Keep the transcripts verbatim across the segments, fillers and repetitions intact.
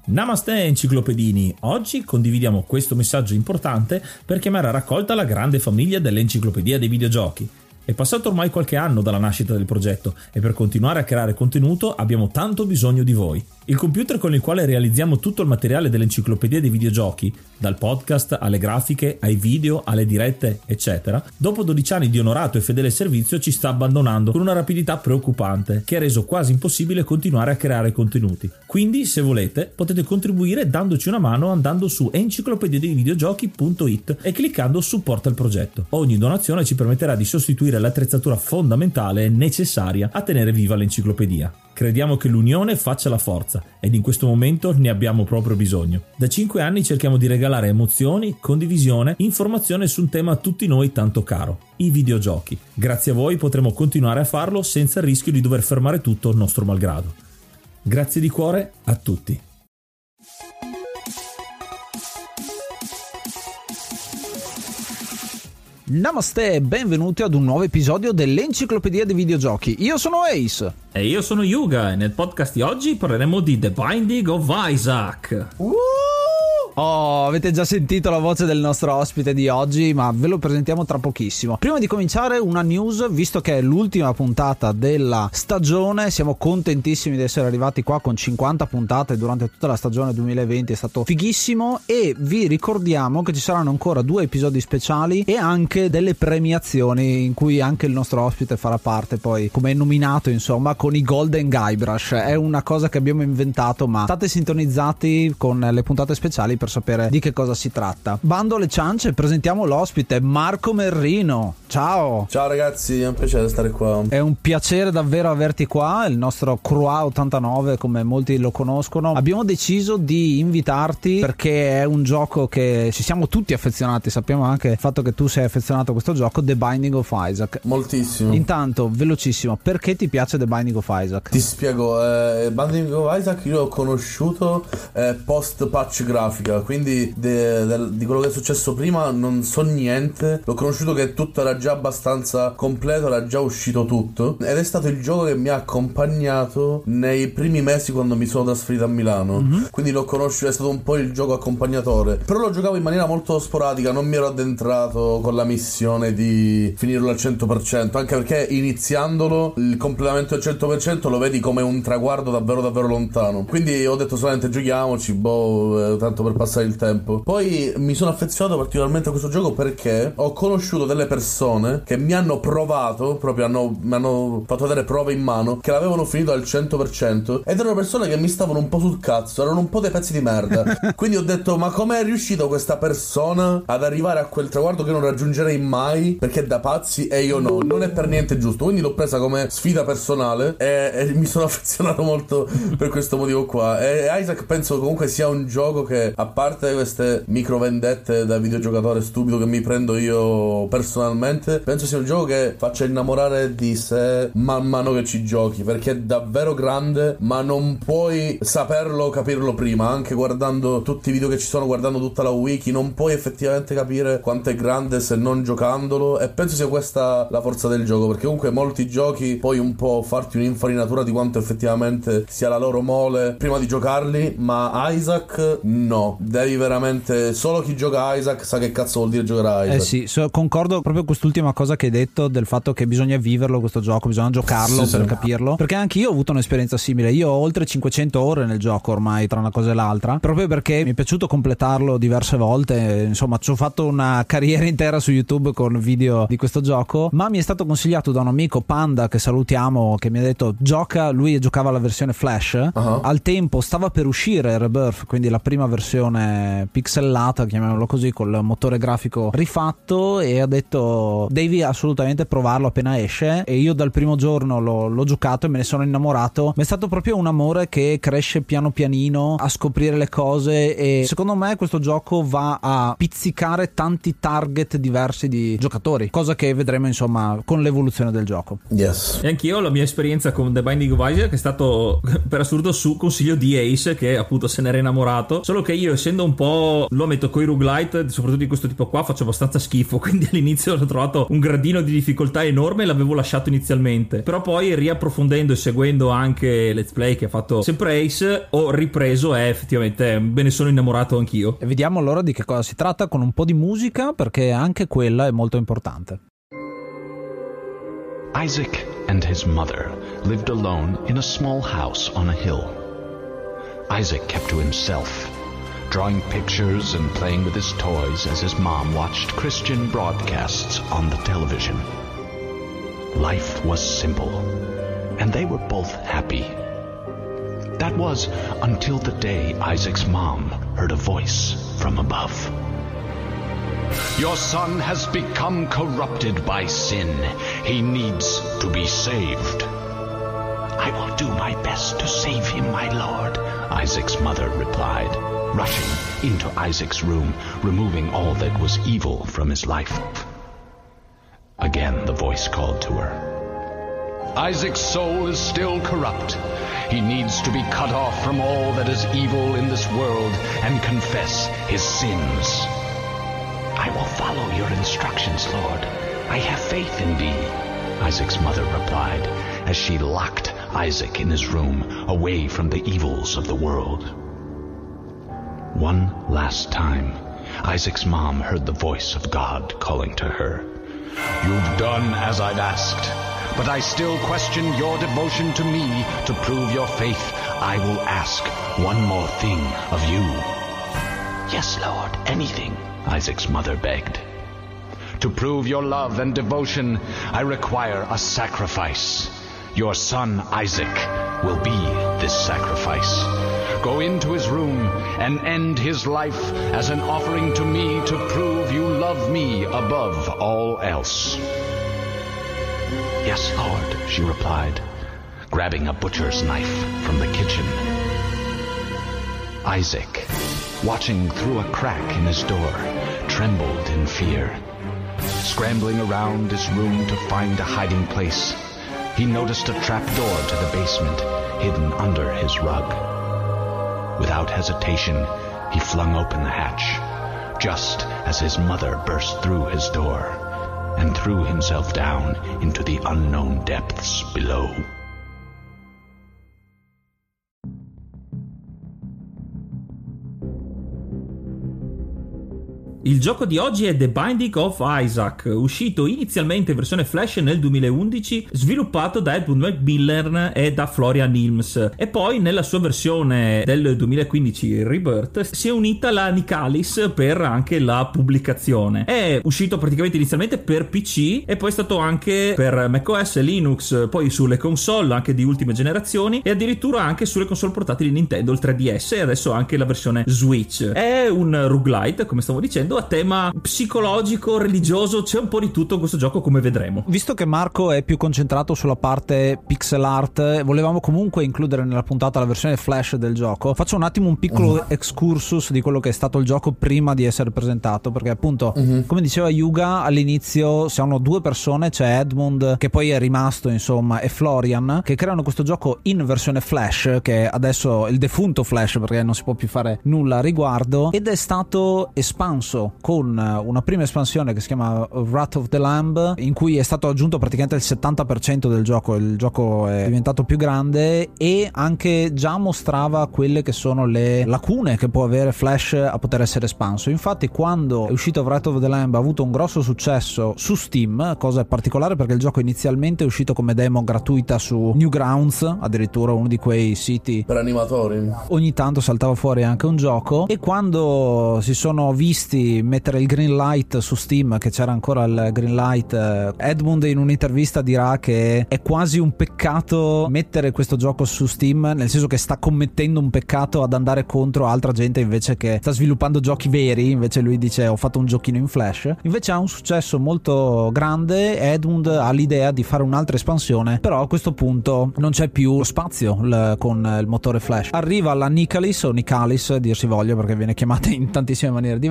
Namaste enciclopedini, oggi condividiamo questo messaggio importante per chiamare a raccolta la grande famiglia dell'enciclopedia dei videogiochi. È passato ormai qualche anno dalla nascita del progetto e per continuare a creare contenuto abbiamo tanto bisogno di voi. Il computer con il quale realizziamo tutto il materiale dell'enciclopedia dei videogiochi, dal podcast alle grafiche, ai video, alle dirette, eccetera, dopo dodici anni di onorato e fedele servizio ci sta abbandonando con una rapidità preoccupante che ha reso quasi impossibile continuare a creare contenuti. Quindi, se volete, potete contribuire dandoci una mano andando su enciclopedia dei videogiochi punto it e cliccando supporta il progetto. Ogni donazione ci permetterà di sostituire l'attrezzatura fondamentale e necessaria a tenere viva l'enciclopedia. Crediamo che l'unione faccia la forza ed in questo momento ne abbiamo proprio bisogno. Da cinque anni cerchiamo di regalare emozioni, condivisione, informazione su un tema a tutti noi tanto caro, i videogiochi. Grazie a voi potremo continuare a farlo senza il rischio di dover fermare tutto nostro malgrado. Grazie di cuore a tutti. Namaste e benvenuti ad un nuovo episodio dell'Enciclopedia dei Videogiochi. Io sono Ace. E io sono Yuga e nel podcast di oggi parleremo di The Binding of Isaac. Uh! Oh, avete già sentito la voce del nostro ospite di oggi, ma ve lo presentiamo tra pochissimo. Prima di cominciare una news, visto che è l'ultima puntata della stagione, siamo contentissimi di essere arrivati qua con cinquanta puntate durante tutta la stagione duemilaventi, è stato fighissimo e vi ricordiamo che ci saranno ancora due episodi speciali e anche delle premiazioni in cui anche il nostro ospite farà parte poi come nominato, insomma, con i Golden Guybrush. È una cosa che abbiamo inventato, ma state sintonizzati con le puntate speciali per sapere di che cosa si tratta. Bando alle ciance, presentiamo l'ospite Marco Merrino. Ciao. Ciao ragazzi, è un piacere stare qua. È un piacere davvero averti qua, il nostro Crua ottantanove come molti lo conoscono. Abbiamo deciso di invitarti perché è un gioco che ci siamo tutti affezionati, sappiamo anche il fatto che tu sei affezionato a questo gioco, The Binding of Isaac. Moltissimo. Intanto, velocissimo, perché ti piace The Binding of Isaac? Ti spiego, eh, Binding of Isaac io l'ho conosciuto eh, post patch grafica, quindi de, de, di quello che è successo prima non so niente. L'ho conosciuto che tutto era già abbastanza completo, era già uscito tutto ed è stato il gioco che mi ha accompagnato nei primi mesi quando mi sono trasferito a Milano. Mm-hmm. Quindi l'ho conosciuto, è stato un po' il gioco accompagnatore, però lo giocavo in maniera molto sporadica, non mi ero addentrato con la missione di finirlo al cento per cento, anche perché iniziandolo il completamento al cento per cento lo vedi come un traguardo davvero davvero lontano, quindi ho detto solamente giochiamoci, boh, eh, tanto per passare il tempo. Poi mi sono affezionato particolarmente a questo gioco perché ho conosciuto delle persone che mi hanno provato, proprio hanno, mi hanno fatto vedere prove in mano che l'avevano finito al cento per cento ed erano persone che mi stavano un po' sul cazzo, erano un po' dei pezzi di merda. Quindi ho detto, ma com'è riuscito questa persona ad arrivare a quel traguardo che non raggiungerei mai, perché è da pazzi e io no, non è per niente giusto. Quindi l'ho presa come sfida personale e, e mi sono affezionato molto per questo motivo qua. E Isaac penso comunque sia un gioco che, a parte queste micro vendette da videogiocatore stupido che mi prendo io personalmente, penso sia un gioco che faccia innamorare di sé man mano che ci giochi, perché è davvero grande, ma non puoi saperlo, capirlo prima. Anche guardando tutti i video che ci sono, guardando tutta la wiki, non puoi effettivamente capire quanto è grande se non giocandolo, e penso sia questa la forza del gioco, perché comunque molti giochi puoi un po' farti un'infarinatura di quanto effettivamente sia la loro mole prima di giocarli, ma Isaac no, devi veramente, solo chi gioca Isaac sa che cazzo vuol dire giocare a Isaac. Eh sì, so, concordo proprio quest'ultima cosa che hai detto, del fatto che bisogna viverlo questo gioco, bisogna giocarlo sì, per sì. capirlo, perché anche io ho avuto un'esperienza simile. Io ho oltre cinquecento ore nel gioco ormai, tra una cosa e l'altra, proprio perché mi è piaciuto completarlo diverse volte. Insomma, ci ho fatto una carriera intera su YouTube con video di questo gioco, ma mi è stato consigliato da un amico, Panda, che salutiamo, che mi ha detto gioca, lui giocava la versione Flash. Uh-huh. Al tempo stava per uscire Rebirth, quindi la prima versione pixellata, chiamiamolo così, col motore grafico rifatto, e ha detto devi assolutamente provarlo appena esce. E io dal primo giorno l'ho, l'ho giocato e me ne sono innamorato. Ma è stato proprio un amore che cresce piano pianino a scoprire le cose, e secondo me questo gioco va a pizzicare tanti target diversi di giocatori, cosa che vedremo insomma con l'evoluzione del gioco. Yes. E anch'io la mia esperienza con The Binding of Isaac è stato per assurdo su consiglio di Ace, che appunto se n'era innamorato, solo che io essendo un po', lo ammetto, coi roguelite, soprattutto di questo tipo qua, faccio abbastanza schifo, quindi all'inizio ho trovato un gradino di difficoltà enorme e l'avevo lasciato inizialmente, però poi riapprofondendo e seguendo anche Let's Play che ha fatto sempre Ace ho ripreso e effettivamente me ne sono innamorato anch'io. E vediamo allora di che cosa si tratta con un po' di musica, perché anche quella è molto importante. Isaac and his mother lived alone in a small house on a hill. Isaac kept to himself, drawing pictures and playing with his toys as his mom watched Christian broadcasts on the television. Life was simple, and they were both happy. That was until the day Isaac's mom heard a voice from above. Your son has become corrupted by sin. He needs to be saved. I will do my best to save him, my lord, Isaac's mother replied, rushing into Isaac's room, removing all that was evil from his life. Again the voice called to her. Isaac's soul is still corrupt. He needs to be cut off from all that is evil in this world and confess his sins. I will follow your instructions, Lord. I have faith in thee, Isaac's mother replied, as she locked Isaac in his room, away from the evils of the world. One last time, Isaac's mom heard the voice of God calling to her. You've done as I've asked, but I still question your devotion to me. To prove your faith, I will ask one more thing of you. Yes, Lord, anything, Isaac's mother begged. To prove your love and devotion, I require a sacrifice. Your son Isaac will be this sacrifice. Go into his room and end his life as an offering to me to prove you love me above all else. Yes, Lord, she replied, grabbing a butcher's knife from the kitchen. Isaac, watching through a crack in his door, trembled in fear. Scrambling around his room to find a hiding place, he noticed a trap door to the basement hidden under his rug. Without hesitation, he flung open the hatch, just as his mother burst through his door and threw himself down into the unknown depths below. Il gioco di oggi è The Binding of Isaac, uscito inizialmente in versione Flash nel duemilaundici, sviluppato da Edmund Macmillan e da Florian Ilms, e poi nella sua versione del duemilaquindici Rebirth si è unita la Nicalis per anche la pubblicazione. È uscito praticamente inizialmente per P C e poi è stato anche per macOS, Linux, poi sulle console anche di ultime generazioni e addirittura anche sulle console portatili Nintendo, il tre D S, e adesso anche la versione Switch. È un roguelite, come stavo dicendo, a tema psicologico, religioso, c'è un po' di tutto in questo gioco, come vedremo. Visto che Marco è più concentrato sulla parte pixel art, volevamo comunque includere nella puntata la versione Flash del gioco. Faccio un attimo un piccolo uh-huh. excursus di quello che è stato il gioco prima di essere presentato, perché appunto uh-huh. come diceva Yuga, all'inizio siamo due persone, c'è Edmund che poi è rimasto insomma e Florian, che creano questo gioco in versione Flash, che adesso è il defunto Flash perché non si può più fare nulla a riguardo, ed è stato espanso con una prima espansione che si chiama Wrath of the Lamb, in cui è stato aggiunto praticamente il settanta per cento del gioco. Il gioco è diventato più grande e anche già mostrava quelle che sono le lacune che può avere Flash a poter essere espanso. Infatti quando è uscito Wrath of the Lamb ha avuto un grosso successo su Steam, cosa particolare perché il gioco inizialmente è uscito come demo gratuita su Newgrounds, addirittura uno di quei siti per animatori. Ogni tanto saltava fuori anche un gioco, e quando si sono visti mettere il green light su Steam, che c'era ancora il green light, Edmund in un'intervista dirà che è quasi un peccato mettere questo gioco su Steam, nel senso che sta commettendo un peccato ad andare contro altra gente invece che sta sviluppando giochi veri. Invece lui dice ho fatto un giochino in Flash. Invece ha un successo molto grande. Edmund ha l'idea di fare un'altra espansione, però a questo punto non c'è più spazio l- con il motore Flash. Arriva la Nicalis o Nicalis dir si voglia, perché viene chiamata in tantissime maniere diverse,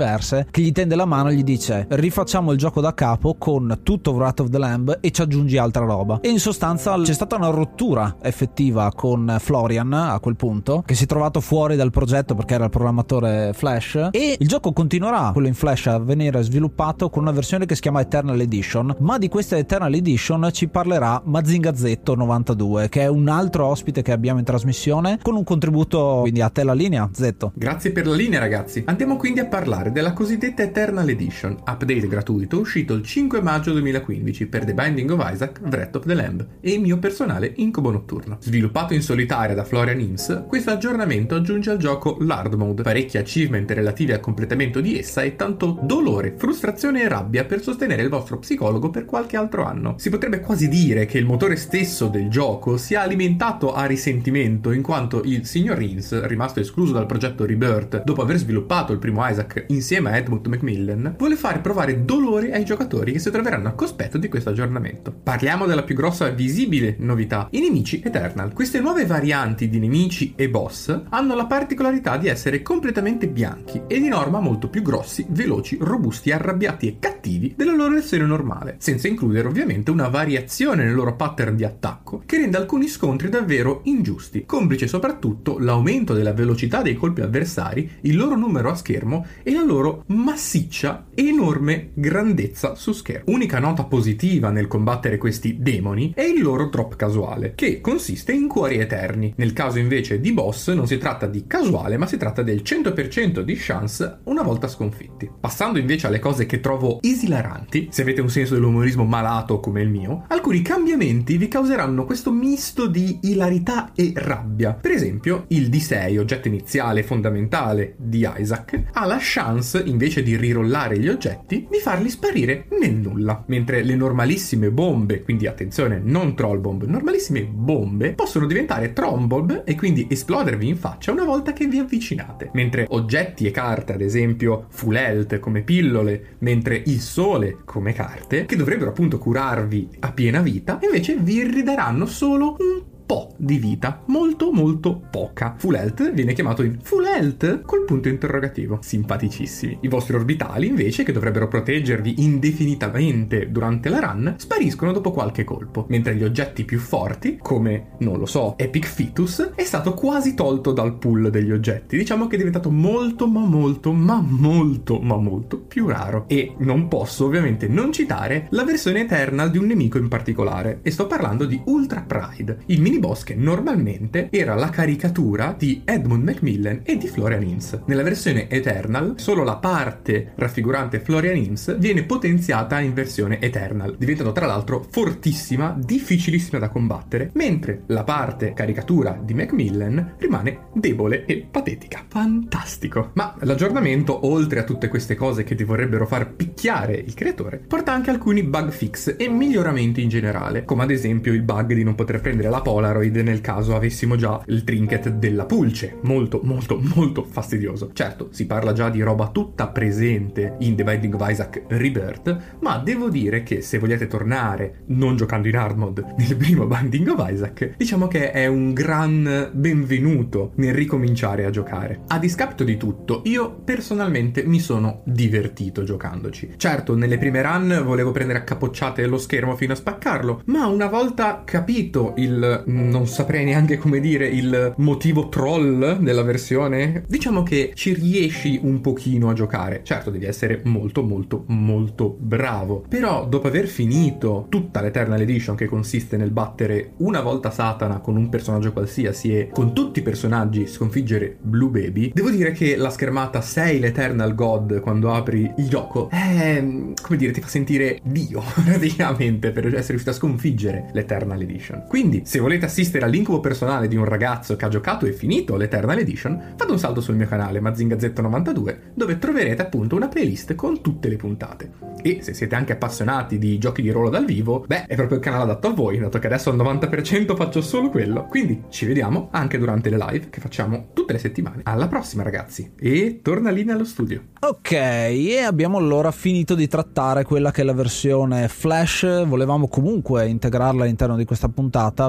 finale, che gli tende la mano e gli dice: rifacciamo il gioco da capo con tutto Wrath of the Lamb e ci aggiungi altra roba. E in sostanza c'è stata una rottura effettiva con Florian a quel punto, che si è trovato fuori dal progetto perché era il programmatore Flash, e il gioco continuerà, quello in Flash, a venire sviluppato con una versione che si chiama Eternal Edition. Ma di questa Eternal Edition ci parlerà Mazinga Z novantadue, che è un altro ospite che abbiamo in trasmissione, con un contributo. Quindi a te la linea, Zetto. Grazie per la linea, ragazzi. Andiamo quindi a parlare della cosiddetta Eternal Edition, update gratuito uscito il cinque maggio duemilaquindici per The Binding of Isaac, Wrath of the Lamb e il mio personale incubo notturno. Sviluppato in solitaria da Florian Imps, questo aggiornamento aggiunge al gioco l'hard mode, parecchi achievement relativi al completamento di essa e tanto dolore, frustrazione e rabbia per sostenere il vostro psicologo per qualche altro anno. Si potrebbe quasi dire che il motore stesso del gioco sia alimentato a risentimento, in quanto il signor Imps, rimasto escluso dal progetto Rebirth dopo aver sviluppato il primo Isaac insieme a Edmund Macmillan, vuole fare provare dolore ai giocatori che si troveranno a cospetto di questo aggiornamento. Parliamo della più grossa visibile novità, i nemici Eternal. Queste nuove varianti di nemici e boss hanno la particolarità di essere completamente bianchi e di norma molto più grossi, veloci, robusti, arrabbiati e cattivi della loro versione normale, senza includere ovviamente una variazione nel loro pattern di attacco che rende alcuni scontri davvero ingiusti, complice soprattutto l'aumento della velocità dei colpi avversari, il loro numero a schermo e la loro massiccia e enorme grandezza su schermo. Unica nota positiva nel combattere questi demoni è il loro drop casuale, che consiste in cuori eterni. Nel caso invece di boss non si tratta di casuale, ma si tratta del cento per cento di chance una volta sconfitti. Passando invece alle cose che trovo esilaranti, se avete un senso dell'umorismo malato come il mio, alcuni cambiamenti vi causeranno questo misto di ilarità e rabbia. Per esempio, il D sei, oggetto iniziale fondamentale di Isaac, ha la chance, invece di rirollare gli oggetti, di farli sparire nel nulla, mentre le normalissime bombe, quindi attenzione, non troll bomb, normalissime bombe, possono diventare trombomb e quindi esplodervi in faccia una volta che vi avvicinate, mentre oggetti e carte, ad esempio full health come pillole, mentre il sole come carte, che dovrebbero appunto curarvi a piena vita, invece vi ridaranno solo un po' di vita, molto molto poca. Full health viene chiamato in full health col punto interrogativo. Simpaticissimi. I vostri orbitali invece, che dovrebbero proteggervi indefinitamente durante la run, spariscono dopo qualche colpo, mentre gli oggetti più forti, come, non lo so, Epic Fetus, è stato quasi tolto dal pool degli oggetti. Diciamo che è diventato molto ma molto ma molto ma molto più raro. E non posso ovviamente non citare la versione Eternal di un nemico in particolare, e sto parlando di Ultra Pride, il mini boss che normalmente era la caricatura di Edmund Macmillan e di Florian Imps. Nella versione Eternal solo la parte raffigurante Florian Imps viene potenziata in versione Eternal, diventando tra l'altro fortissima, difficilissima da combattere, mentre la parte caricatura di Macmillan rimane debole e patetica. Fantastico! Ma l'aggiornamento, oltre a tutte queste cose che ti vorrebbero far picchiare il creatore, porta anche alcuni bug fix e miglioramenti in generale, come ad esempio il bug di non poter prendere la Polaroid nel caso avessimo già il trinket della pulce, molto molto molto fastidioso. Certo, si parla già di roba tutta presente in The Binding of Isaac Rebirth, ma devo dire che se vogliate tornare, non giocando in hard mode, nel primo Binding of Isaac, diciamo che è un gran benvenuto nel ricominciare a giocare. A discapito di tutto, io personalmente mi sono divertito giocandoci. Certo, nelle prime run volevo prendere a capocciate lo schermo fino a spaccarlo, ma una volta capito il, non saprei neanche come dire, il motivo troll della versione, diciamo che ci riesci un pochino a giocare. Certo, devi essere molto molto molto bravo, però dopo aver finito tutta l'Eternal Edition, che consiste nel battere una volta Satana con un personaggio qualsiasi e con tutti i personaggi sconfiggere Blue Baby, devo dire che la schermata sei l'Eternal God quando apri il gioco è, come dire, ti fa sentire Dio praticamente per essere riuscito a sconfiggere l'Eternal Edition. Quindi se volete assistere all'incubo personale di un ragazzo che ha giocato e finito l'Eternal Edition, fate un salto sul mio canale Mazinga Z novantadue, dove troverete appunto una playlist con tutte le puntate. E se siete anche appassionati di giochi di ruolo dal vivo, beh, è proprio il canale adatto a voi, dato che adesso al novanta per cento faccio solo quello. Quindi ci vediamo anche durante le live che facciamo tutte le settimane. Alla prossima, ragazzi, e torna lì nello studio. Ok, e abbiamo allora finito di trattare quella che è la versione Flash. Volevamo comunque integrarla all'interno di questa puntata perché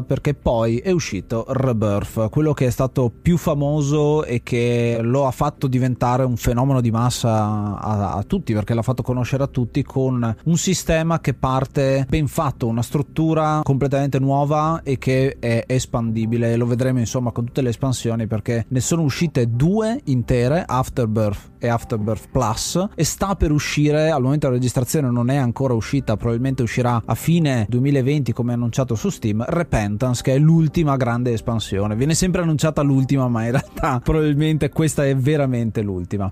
poi è uscito Rebirth, quello che è stato più famoso e che lo ha fatto diventare un fenomeno di massa a, a tutti, perché l'ha fatto conoscere a tutti, con un sistema che parte ben fatto, una struttura completamente nuova e che è espandibile. Lo vedremo insomma con tutte le espansioni, perché ne sono uscite due intere, Afterbirth e Afterbirth Plus, e sta per uscire, al momento della registrazione non è ancora uscita, probabilmente uscirà a fine duemilaventi come annunciato su Steam, Repentance, che è l'ultima grande espansione. Viene sempre annunciata l'ultima, ma in realtà probabilmente questa è veramente l'ultima.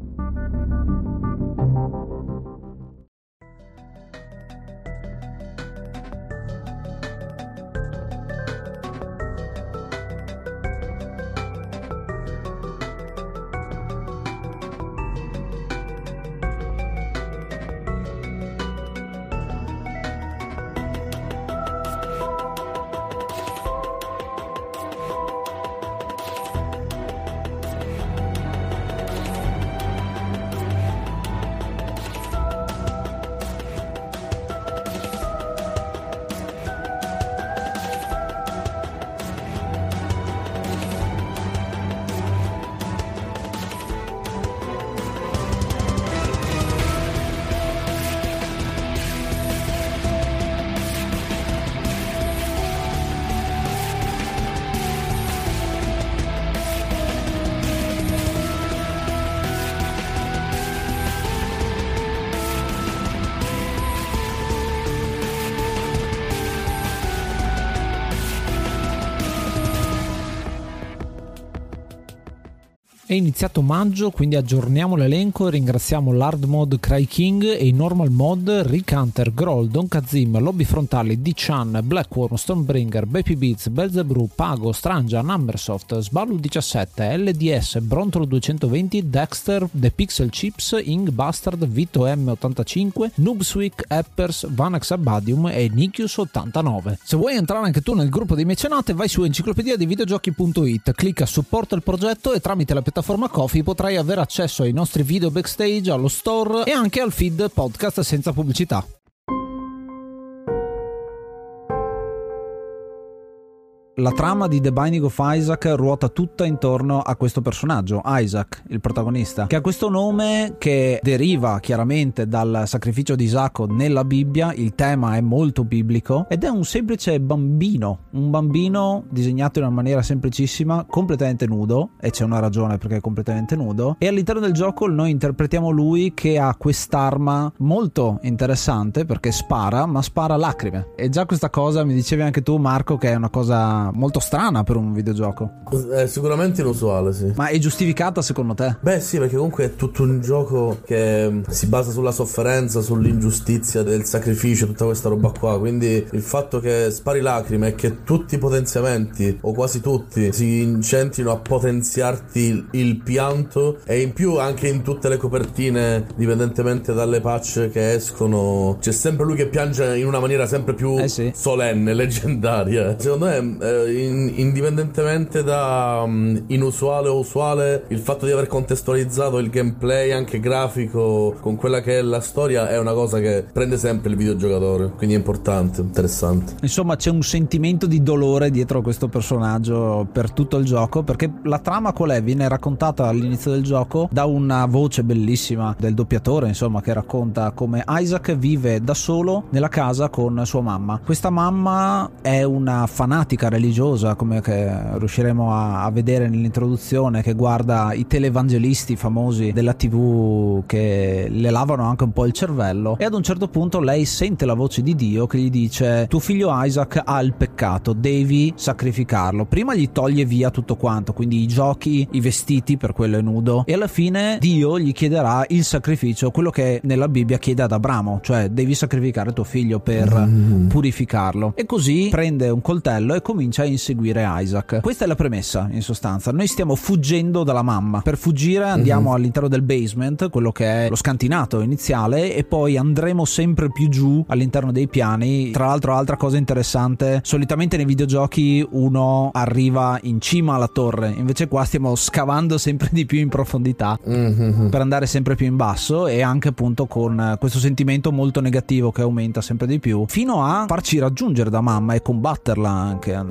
È iniziato maggio, quindi aggiorniamo l'elenco e ringraziamo l'Hard Mod Cry King e i Normal Mod Rick Hunter, Groll, Don Kazim, Lobby Frontali, D-Chan, Blackworm, Stonebringer, Baby Beats, Belzebrew, Pago, Strangia, Numbersoft, Sballu diciassette, L D S, Brontolo duecentoventi, Dexter, The Pixel Chips, Ing Bastard, Vito M ottantacinque, Noobswick, Eppers, Vanax Abadium e Nikius ottantanove. Se vuoi entrare anche tu nel gruppo dei mecenate, vai su enciclopedia dei videogiochi punto it, clicca supporta il progetto e tramite la piattaforma Ko-fi potrai avere accesso ai nostri video backstage, allo store e anche al feed podcast senza pubblicità. La trama di The Binding of Isaac ruota tutta intorno a questo personaggio, Isaac, il protagonista, che ha questo nome che deriva chiaramente dal sacrificio di Isacco nella Bibbia. Il tema è molto biblico ed è un semplice bambino, un bambino disegnato in una maniera semplicissima, completamente nudo, e c'è una ragione perché è completamente nudo, e all'interno del gioco noi interpretiamo lui che ha quest'arma molto interessante perché spara, ma spara lacrime, e già questa cosa mi dicevi anche tu, Marco, che è una cosa molto strana per un videogioco. È sicuramente inusuale, sì. Ma è giustificata secondo te? Beh sì, perché comunque è tutto un gioco che si basa sulla sofferenza, sull'ingiustizia del sacrificio, tutta questa roba qua. Quindi il fatto che spari lacrime e che tutti i potenziamenti, o quasi tutti, si incentrino a potenziarti il, il pianto, e in più anche in tutte le copertine, dipendentemente dalle patch che escono, c'è sempre lui che piange in una maniera sempre più eh sì. solenne, leggendaria. Secondo me eh, In, indipendentemente da um, inusuale o usuale, il fatto di aver contestualizzato il gameplay anche grafico con quella che è la storia è una cosa che prende sempre il videogiocatore, quindi è importante, interessante. Insomma, c'è un sentimento di dolore dietro a questo personaggio per tutto il gioco, perché la trama qual è? Viene raccontata all'inizio del gioco da una voce bellissima del doppiatore, insomma, che racconta come Isaac vive da solo nella casa con sua mamma. Questa mamma è una fanatica religiosa, come che riusciremo a, a vedere nell'introduzione, che guarda i televangelisti famosi della tivù che le lavano anche un po' il cervello, e ad un certo punto lei sente la voce di Dio che gli dice: tuo figlio Isaac ha il peccato, devi sacrificarlo. Prima gli toglie via tutto quanto, quindi i giochi, i vestiti, per quello è nudo, e alla fine Dio gli chiederà il sacrificio, quello che nella Bibbia chiede ad Abramo, cioè devi sacrificare tuo figlio per mm. purificarlo. E così prende un coltello e comincia a inseguire Isaac. Questa è la premessa, in sostanza. Noi stiamo fuggendo dalla mamma. Per fuggire andiamo mm-hmm. all'interno del basement, quello che è lo scantinato iniziale, e poi andremo sempre più giù all'interno dei piani. Tra l'altro, altra cosa interessante, solitamente nei videogiochi uno arriva in cima alla torre, invece qua stiamo scavando sempre di più in profondità mm-hmm. per andare sempre più in basso, e anche appunto con questo sentimento molto negativo che aumenta sempre di più, fino a farci raggiungere da mamma e combatterla anche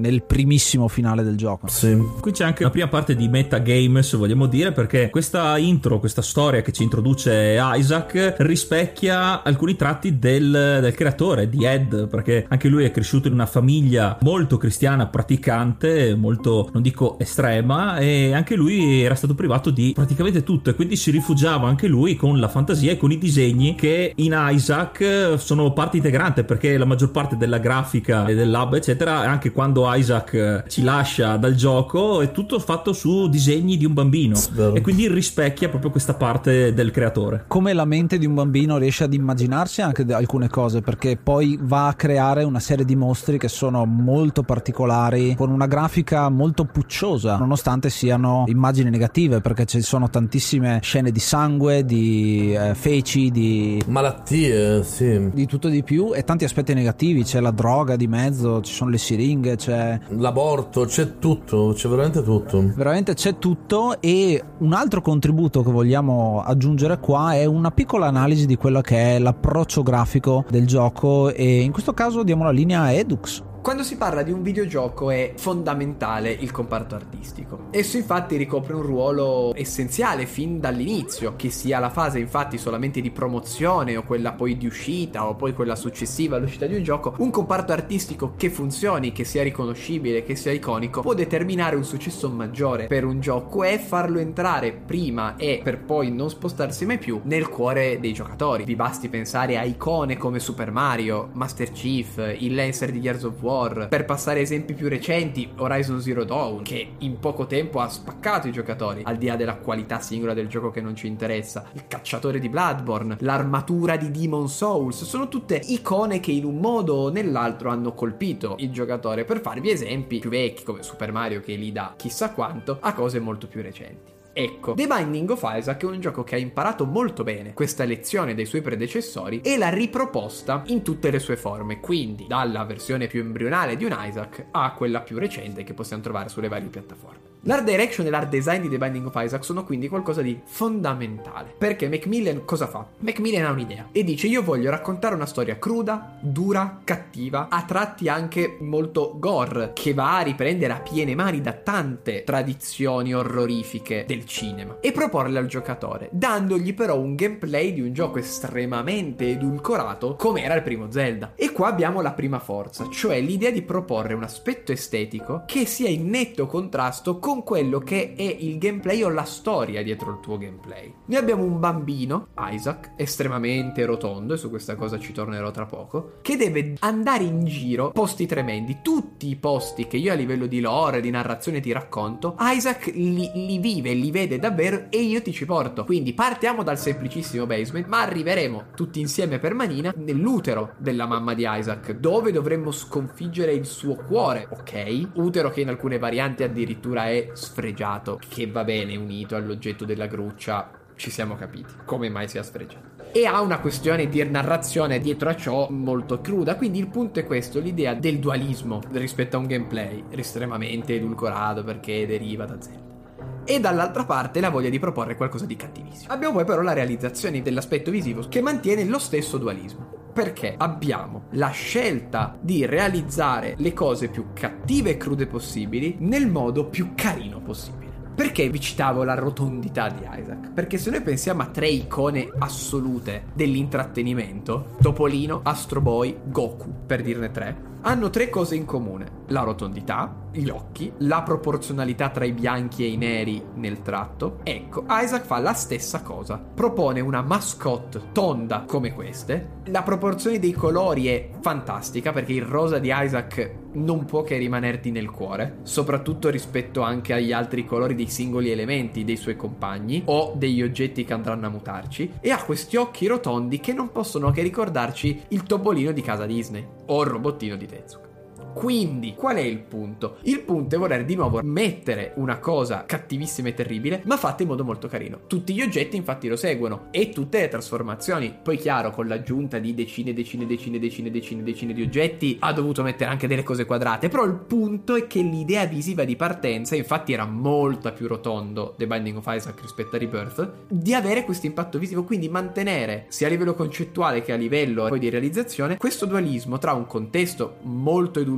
nel primissimo finale del gioco. Sì. Qui c'è anche una prima parte di metagame, se vogliamo dire, perché questa intro, questa storia che ci introduce Isaac rispecchia alcuni tratti del, del creatore, di Ed, perché anche lui è cresciuto in una famiglia molto cristiana, praticante, molto, non dico estrema, e anche lui era stato privato di praticamente tutto, e quindi si rifugiava anche lui con la fantasia e con i disegni che in Isaac sono parte integrante, perché la maggior parte della grafica e del lab eccetera, anche quando Isaac ci lascia dal gioco, è tutto fatto su disegni di un bambino, Spero. e quindi rispecchia proprio questa parte del creatore. Come la mente di un bambino riesce ad immaginarsi anche alcune cose, perché poi va a creare una serie di mostri che sono molto particolari, con una grafica molto pucciosa, nonostante siano immagini negative, perché ci sono tantissime scene di sangue, di eh, feci, di malattie, sì, di tutto di più, e tanti aspetti negativi. C'è la droga di mezzo, ci sono le siringhe, c'è l'aborto, c'è tutto, c'è veramente tutto. Veramente c'è tutto. E un altro contributo che vogliamo aggiungere qua è una piccola analisi di quello che è l'approccio grafico del gioco, e in questo caso diamo la linea a Edux. Quando si parla di un videogioco è fondamentale il comparto artistico. Esso infatti ricopre un ruolo essenziale fin dall'inizio, che sia la fase infatti solamente di promozione o quella poi di uscita o poi quella successiva all'uscita di un gioco. Un comparto artistico che funzioni, che sia riconoscibile, che sia iconico, può determinare un successo maggiore per un gioco e farlo entrare prima e per poi non spostarsi mai più nel cuore dei giocatori. Vi basti pensare a icone come Super Mario, Master Chief, il Lancer di Gears of War, per passare a esempi più recenti Horizon Zero Dawn, che in poco tempo ha spaccato i giocatori, al di là della qualità singola del gioco che non ci interessa. Il cacciatore di Bloodborne, l'armatura di Demon Souls, sono tutte icone che in un modo o nell'altro hanno colpito il giocatore, per farvi esempi più vecchi come Super Mario, che li dà chissà quanto, a cose molto più recenti. Ecco, The Binding of Isaac è un gioco che ha imparato molto bene questa lezione dai suoi predecessori e l'ha riproposta in tutte le sue forme, quindi dalla versione più embrionale di un Isaac a quella più recente che possiamo trovare sulle varie piattaforme. L'art direction e l'art design di The Binding of Isaac sono quindi qualcosa di fondamentale, perché Macmillan cosa fa? Macmillan ha un'idea e dice: io voglio raccontare una storia cruda, dura, cattiva, a tratti anche molto gore, che va a riprendere a piene mani da tante tradizioni orrorifiche del cinema e proporle al giocatore, dandogli però un gameplay di un gioco estremamente edulcorato come era il primo Zelda. E qua abbiamo la prima forza, cioè l'idea di proporre un aspetto estetico che sia in netto contrasto con quello che è il gameplay o la storia dietro il tuo gameplay. Noi abbiamo un bambino, Isaac, estremamente rotondo, e su questa cosa ci tornerò tra poco, che deve andare in giro posti tremendi. Tutti i posti che io a livello di lore, di narrazione ti racconto, Isaac li, li vive, li vede davvero e io ti ci porto. Quindi partiamo dal semplicissimo basement, ma arriveremo tutti insieme per manina nell'utero della mamma di Isaac, dove dovremmo sconfiggere il suo cuore, ok? Utero che in alcune varianti addirittura è sfregiato, che va bene unito all'oggetto della gruccia, ci siamo capiti come mai sia sfregiato. E ha una questione di narrazione dietro a ciò molto cruda, quindi il punto è questo, l'idea del dualismo rispetto a un gameplay estremamente edulcorato perché deriva da Zelda. E dall'altra parte la voglia di proporre qualcosa di cattivissimo. Abbiamo poi però la realizzazione dell'aspetto visivo che mantiene lo stesso dualismo, perché abbiamo la scelta di realizzare le cose più cattive e crude possibili nel modo più carino possibile. Perché vi citavo la rotondità di Isaac? Perché se noi pensiamo a tre icone assolute dell'intrattenimento, Topolino, Astro Boy, Goku, per dirne tre, hanno tre cose in comune: la rotondità, gli occhi, la proporzionalità tra i bianchi e i neri nel tratto. Ecco, Isaac fa la stessa cosa, propone una mascotte tonda come queste. La proporzione dei colori è fantastica, perché il rosa di Isaac non può che rimanerti nel cuore, soprattutto rispetto anche agli altri colori dei singoli elementi dei suoi compagni o degli oggetti che andranno a mutarci, e ha questi occhi rotondi che non possono che ricordarci il Topolino di casa Disney o il robottino di Tezuka. Quindi, qual è il punto? Il punto è voler di nuovo mettere una cosa cattivissima e terribile, ma fatta in modo molto carino. Tutti gli oggetti infatti lo seguono, e tutte le trasformazioni. Poi chiaro, con l'aggiunta di decine, decine, decine, decine, decine, decine di oggetti, ha dovuto mettere anche delle cose quadrate. Però il punto è che l'idea visiva di partenza, infatti era molto più rotondo The Binding of Isaac rispetto a Rebirth, di avere questo impatto visivo, quindi mantenere, sia a livello concettuale che a livello poi di realizzazione, questo dualismo tra un contesto molto edulcorato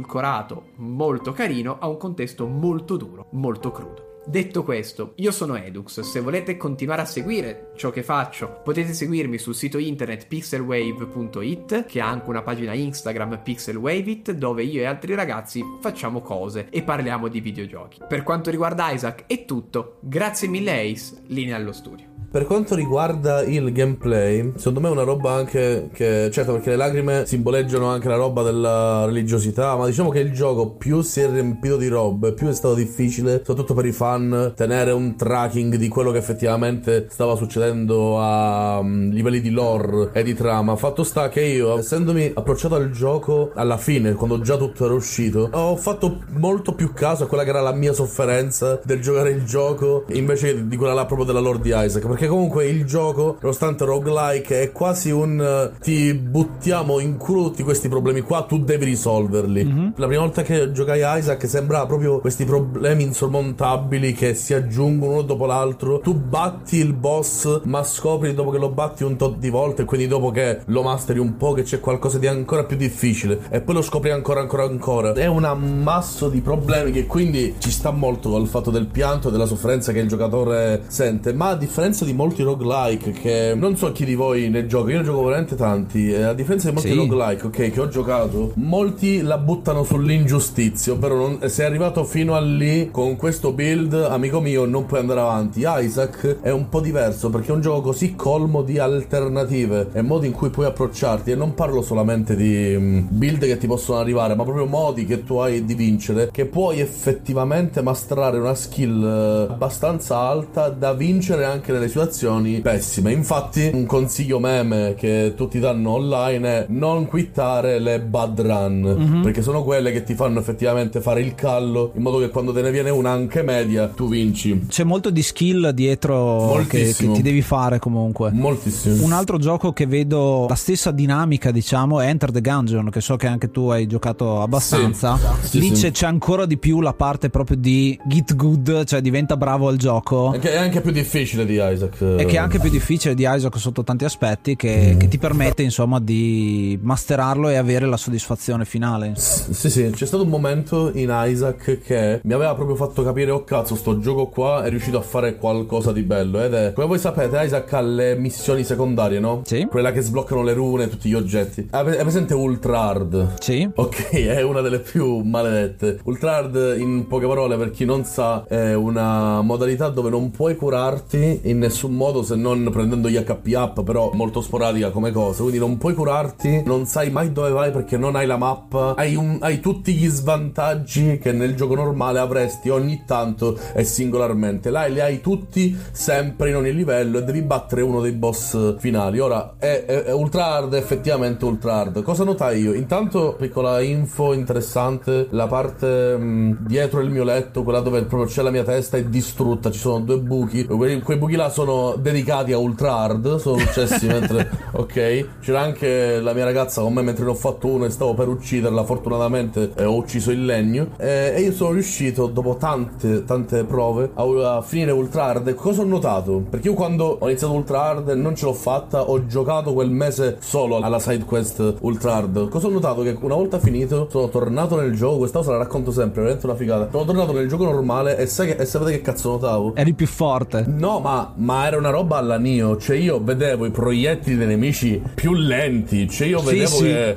edulcorato, molto carino, a un contesto molto duro, molto crudo. Detto questo, io sono Edux. Se volete continuare a seguire ciò che faccio, potete seguirmi sul sito internet pixelwave punto it, che ha anche una pagina Instagram pixelwaveit, dove io e altri ragazzi facciamo cose e parliamo di videogiochi. Per quanto riguarda Isaac è tutto. Grazie mille Ace, linea allo studio. Per quanto riguarda il gameplay, secondo me è una roba anche che, certo, perché le lacrime simboleggiano anche la roba della religiosità, ma diciamo che il gioco più si è riempito di robe, più è stato difficile, soprattutto per i fan, tenere un tracking di quello che effettivamente stava succedendo a um, livelli di lore e di trama. Fatto sta che io, essendomi approcciato al gioco alla fine, quando già tutto era uscito, ho fatto molto più caso a quella che era la mia sofferenza del giocare il gioco, invece di quella là proprio della lore di Isaac. Perché comunque il gioco, nonostante roguelike, è quasi un uh, ti buttiamo in culo tutti questi problemi qua, tu devi risolverli. Mm-hmm. La prima volta che giocai Isaac sembrava proprio questi problemi insormontabili che si aggiungono uno dopo l'altro. Tu batti il boss, ma scopri dopo che lo batti un tot di volte, e quindi dopo che lo masteri un po' che c'è qualcosa di ancora più difficile, e poi lo scopri ancora ancora ancora. È un ammasso di problemi che quindi ci sta molto al fatto del pianto e della sofferenza che il giocatore sente. Ma a differenza di molti roguelike, che non so chi di voi ne gioca, io ne gioco veramente tanti, e a differenza di molti sì. roguelike, ok, che ho giocato, molti la buttano sull'ingiustizia, ovvero non, sei arrivato fino a lì con questo build, amico mio, non puoi andare avanti. Isaac è un po' diverso perché è un gioco così colmo di alternative e modi in cui puoi approcciarti, e non parlo solamente di build che ti possono arrivare, ma proprio modi che tu hai di vincere, che puoi effettivamente mastrare una skill abbastanza alta da vincere anche nelle situazioni pessime. Infatti un consiglio meme che tutti danno online è non quittare le bad run, mm-hmm. perché sono quelle che ti fanno effettivamente fare il callo, in modo che quando te ne viene una anche media tu vinci. C'è molto di skill dietro che, che ti devi fare comunque. Moltissimo. Un altro gioco che vedo la stessa dinamica, diciamo, è Enter the Gungeon, che so che anche tu hai giocato abbastanza. Sì. Lì sì, c'è, sì. c'è ancora di più la parte proprio di get good, cioè diventa bravo al gioco. È anche più difficile di Isaac. E che è anche più difficile di Isaac sotto tanti aspetti, che, mm. che ti permette insomma di masterarlo e avere la soddisfazione finale. S- sì sì, c'è stato un momento in Isaac che mi aveva proprio fatto capire: oh cazzo, sto gioco qua è riuscito a fare qualcosa di bello. Ed è, come voi sapete, Isaac ha le missioni secondarie, no? Sì. Quella che sbloccano le rune e tutti gli oggetti. È presente Ultra Hard? Sì. Ok, è una delle più maledette. Ultra Hard, in poche parole, per chi non sa, è una modalità dove non puoi curarti in nessun modo se non prendendo gli H P up, però molto sporadica come cosa. Quindi non puoi curarti, non sai mai dove vai perché non hai la mappa, hai, un, hai tutti gli svantaggi che nel gioco normale avresti ogni tanto e singolarmente. Là li hai tutti sempre in ogni livello e devi battere uno dei boss finali. Ora è, è, è Ultra Hard, effettivamente Ultra Hard. Cosa notai io? Intanto, piccola info interessante, la parte mh, dietro il mio letto, quella dove proprio c'è la mia testa, è distrutta, ci sono due buchi. Quei, quei buchi là sono dedicati a Ultra Hard, sono successi mentre ok, c'era anche la mia ragazza con me mentre ne ho fatto uno e stavo per ucciderla, fortunatamente eh, ho ucciso il legno, eh, e io sono riuscito dopo tante tante prove a, a finire Ultra Hard. E cosa ho notato? Perché io quando ho iniziato Ultra Hard e non ce l'ho fatta, ho giocato quel mese solo alla side quest Ultra Hard. Cosa ho notato? Che una volta finito sono tornato nel gioco, questa cosa la racconto sempre, veramente una figata. Sono tornato nel gioco normale e sai che, e sapete che cazzo notavo? Eri più forte. No, ma, ma era una roba alla Nioh. Cioè io vedevo i proiettili dei nemici più lenti. Cioè io vedevo sì, che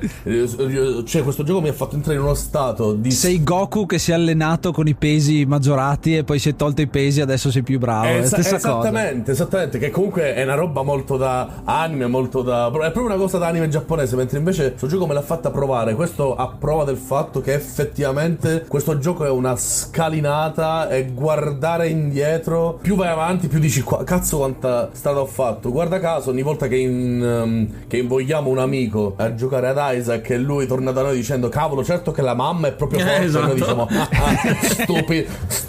sì. Cioè questo gioco mi ha fatto entrare in uno stato di... Sei Goku che si è allenato con i pesi maggiorati e poi si è tolto i pesi e adesso sei più bravo. È Esa- stessa esattamente, cosa. Esattamente. Che comunque è una roba molto da anime, molto da... È proprio una cosa da anime giapponese. Mentre invece questo gioco me l'ha fatta provare. Questo a prova del fatto che effettivamente questo gioco è una scalinata, e guardare indietro, più vai avanti più dici qua, cazzo quanta strada ho fatto. Guarda caso ogni volta che, in, um, che invogliamo un amico a giocare ad Isaac e lui torna da noi dicendo cavolo, certo che la mamma è proprio forte, eh, esatto. Noi diciamo ah, ah, stupido, stupido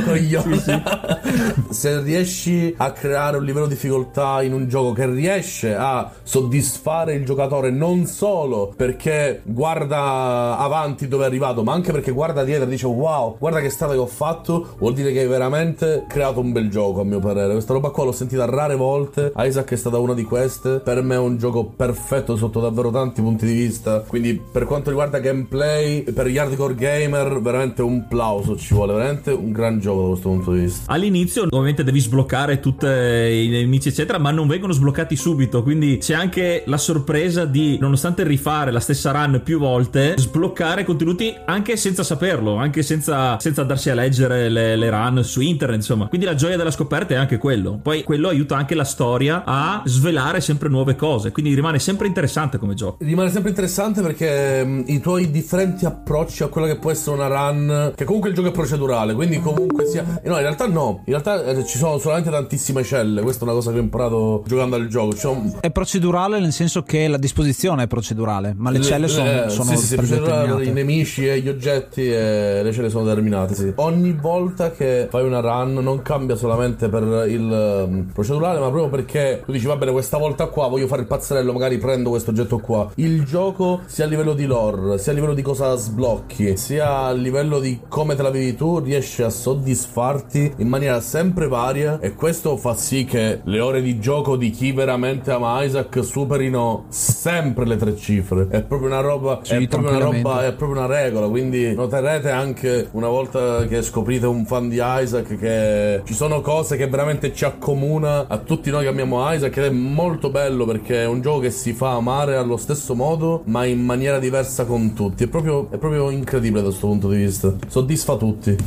coglione. Sì, sì. Se riesci a creare un livello di difficoltà in un gioco che riesce a soddisfare il giocatore non solo perché guarda avanti dove è arrivato, ma anche perché guarda dietro e dice wow, guarda che strada che ho fatto, vuol dire che hai veramente creato un bel gioco, a mio parere. Questa roba qua l'ho sentita rare volte, Isaac è stata una di queste. Per me è un gioco perfetto sotto davvero tanti punti di vista, quindi per quanto riguarda gameplay, per gli hardcore gamer veramente un plauso ci vuole, veramente un gran gioco da questo punto di vista. All'inizio ovviamente devi sbloccare tutti i nemici eccetera, ma non vengono sbloccati subito, quindi c'è anche la sorpresa di, nonostante rifare la stessa run più volte, sbloccare contenuti anche senza saperlo, anche senza, senza darsi a leggere le, le run su internet, insomma. Quindi la gioia della scoperta è anche quello. Poi quello aiuta anche la storia a svelare sempre nuove cose, quindi rimane sempre interessante come gioco. Rimane sempre interessante perché mh, i tuoi differenti approcci a quella che può essere una run, che comunque il gioco è procedurale, quindi comunque sia... No, in realtà no, in realtà eh, ci sono solamente tantissime celle, questa è una cosa che ho imparato giocando al gioco. Cioè, è procedurale nel senso che la disposizione è procedurale, ma le celle sono, eh, sono sì, sì, sì, procedurale, i nemici e gli oggetti e le celle sono determinate, sì. Ogni volta che fai una run non cambia solamente per il um, procedurale, ma proprio perché tu dici va bene, questa volta qua voglio fare il pazzerello, magari prendo questo oggetto qua. Il gioco, sia a livello di lore, sia a livello di cosa sblocchi, sia a livello di come te la vivi tu, riesce a soddisfarti in maniera sempre varia, e questo fa sì che le ore di gioco di chi veramente ama Isaac superino sempre le tre cifre. È proprio una roba, sì, è proprio una roba, è proprio una regola, quindi noterete anche una volta che scoprite un fan di Isaac che ci sono cose che veramente ci accomuna a tutti noi che amiamo Isaac, ed è molto bello perché è un gioco che si fa amare allo stesso modo ma in maniera diversa con tutti. È proprio, è proprio incredibile da questo punto di vista, soddisfa tutti.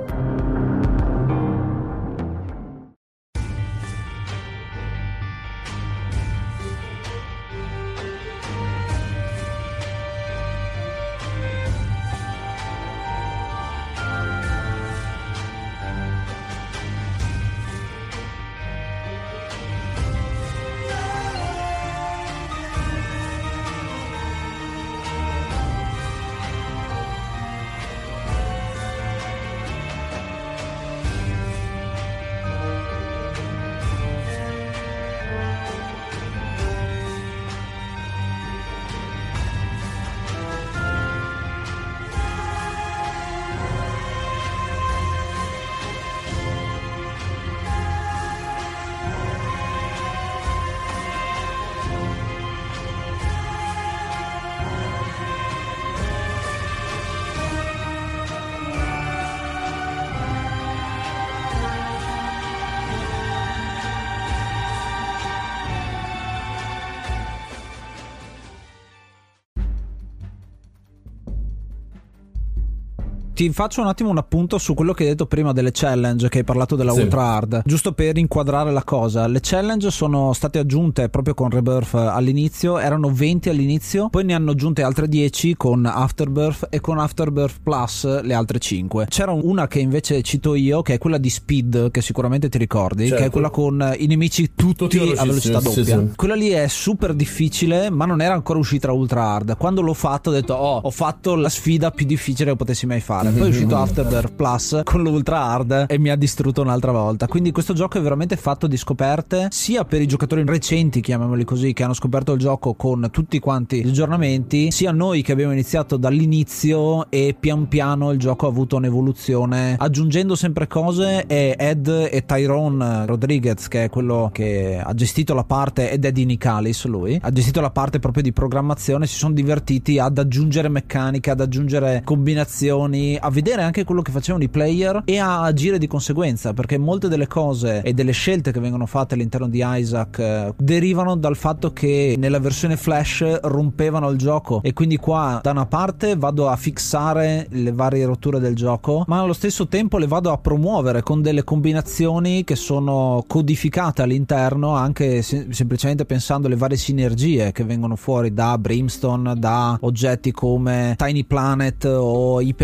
Ti faccio un attimo un appunto su quello che hai detto prima delle challenge, che hai parlato della sì. Ultra Hard, giusto per inquadrare la cosa. Le challenge sono state aggiunte proprio con Rebirth all'inizio, erano venti all'inizio, poi ne hanno aggiunte altre dieci con Afterbirth, e con Afterbirth Plus le altre cinque. C'era una che invece cito io, che è quella di Speed, che sicuramente ti ricordi, certo. Che è quella con i nemici tutti, tutti a velocità doppia. Sì, sì. Quella lì è super difficile, ma non era ancora uscita la Ultra Hard. Quando l'ho fatto ho detto oh, ho fatto la sfida più difficile che potessi mai fare. Poi è uscito Afterbirth Plus con l'Ultra Hard e mi ha distrutto un'altra volta. Quindi questo gioco è veramente fatto di scoperte, sia per i giocatori recenti, chiamiamoli così, che hanno scoperto il gioco con tutti quanti gli aggiornamenti, sia noi che abbiamo iniziato dall'inizio e pian piano il gioco ha avuto un'evoluzione aggiungendo sempre cose. E Ed e Tyrone Rodriguez, che è quello che ha gestito la parte, ed è di Nicalis, lui ha gestito la parte proprio di programmazione, si sono divertiti ad aggiungere meccaniche, ad aggiungere combinazioni, a vedere anche quello che facevano i player e a agire di conseguenza, perché molte delle cose e delle scelte che vengono fatte all'interno di Isaac eh, derivano dal fatto che nella versione Flash rompevano il gioco, e quindi qua da una parte vado a fissare le varie rotture del gioco, ma allo stesso tempo le vado a promuovere con delle combinazioni che sono codificate all'interno, anche se- semplicemente pensando alle varie sinergie che vengono fuori da Brimstone, da oggetti come Tiny Planet o Ipecac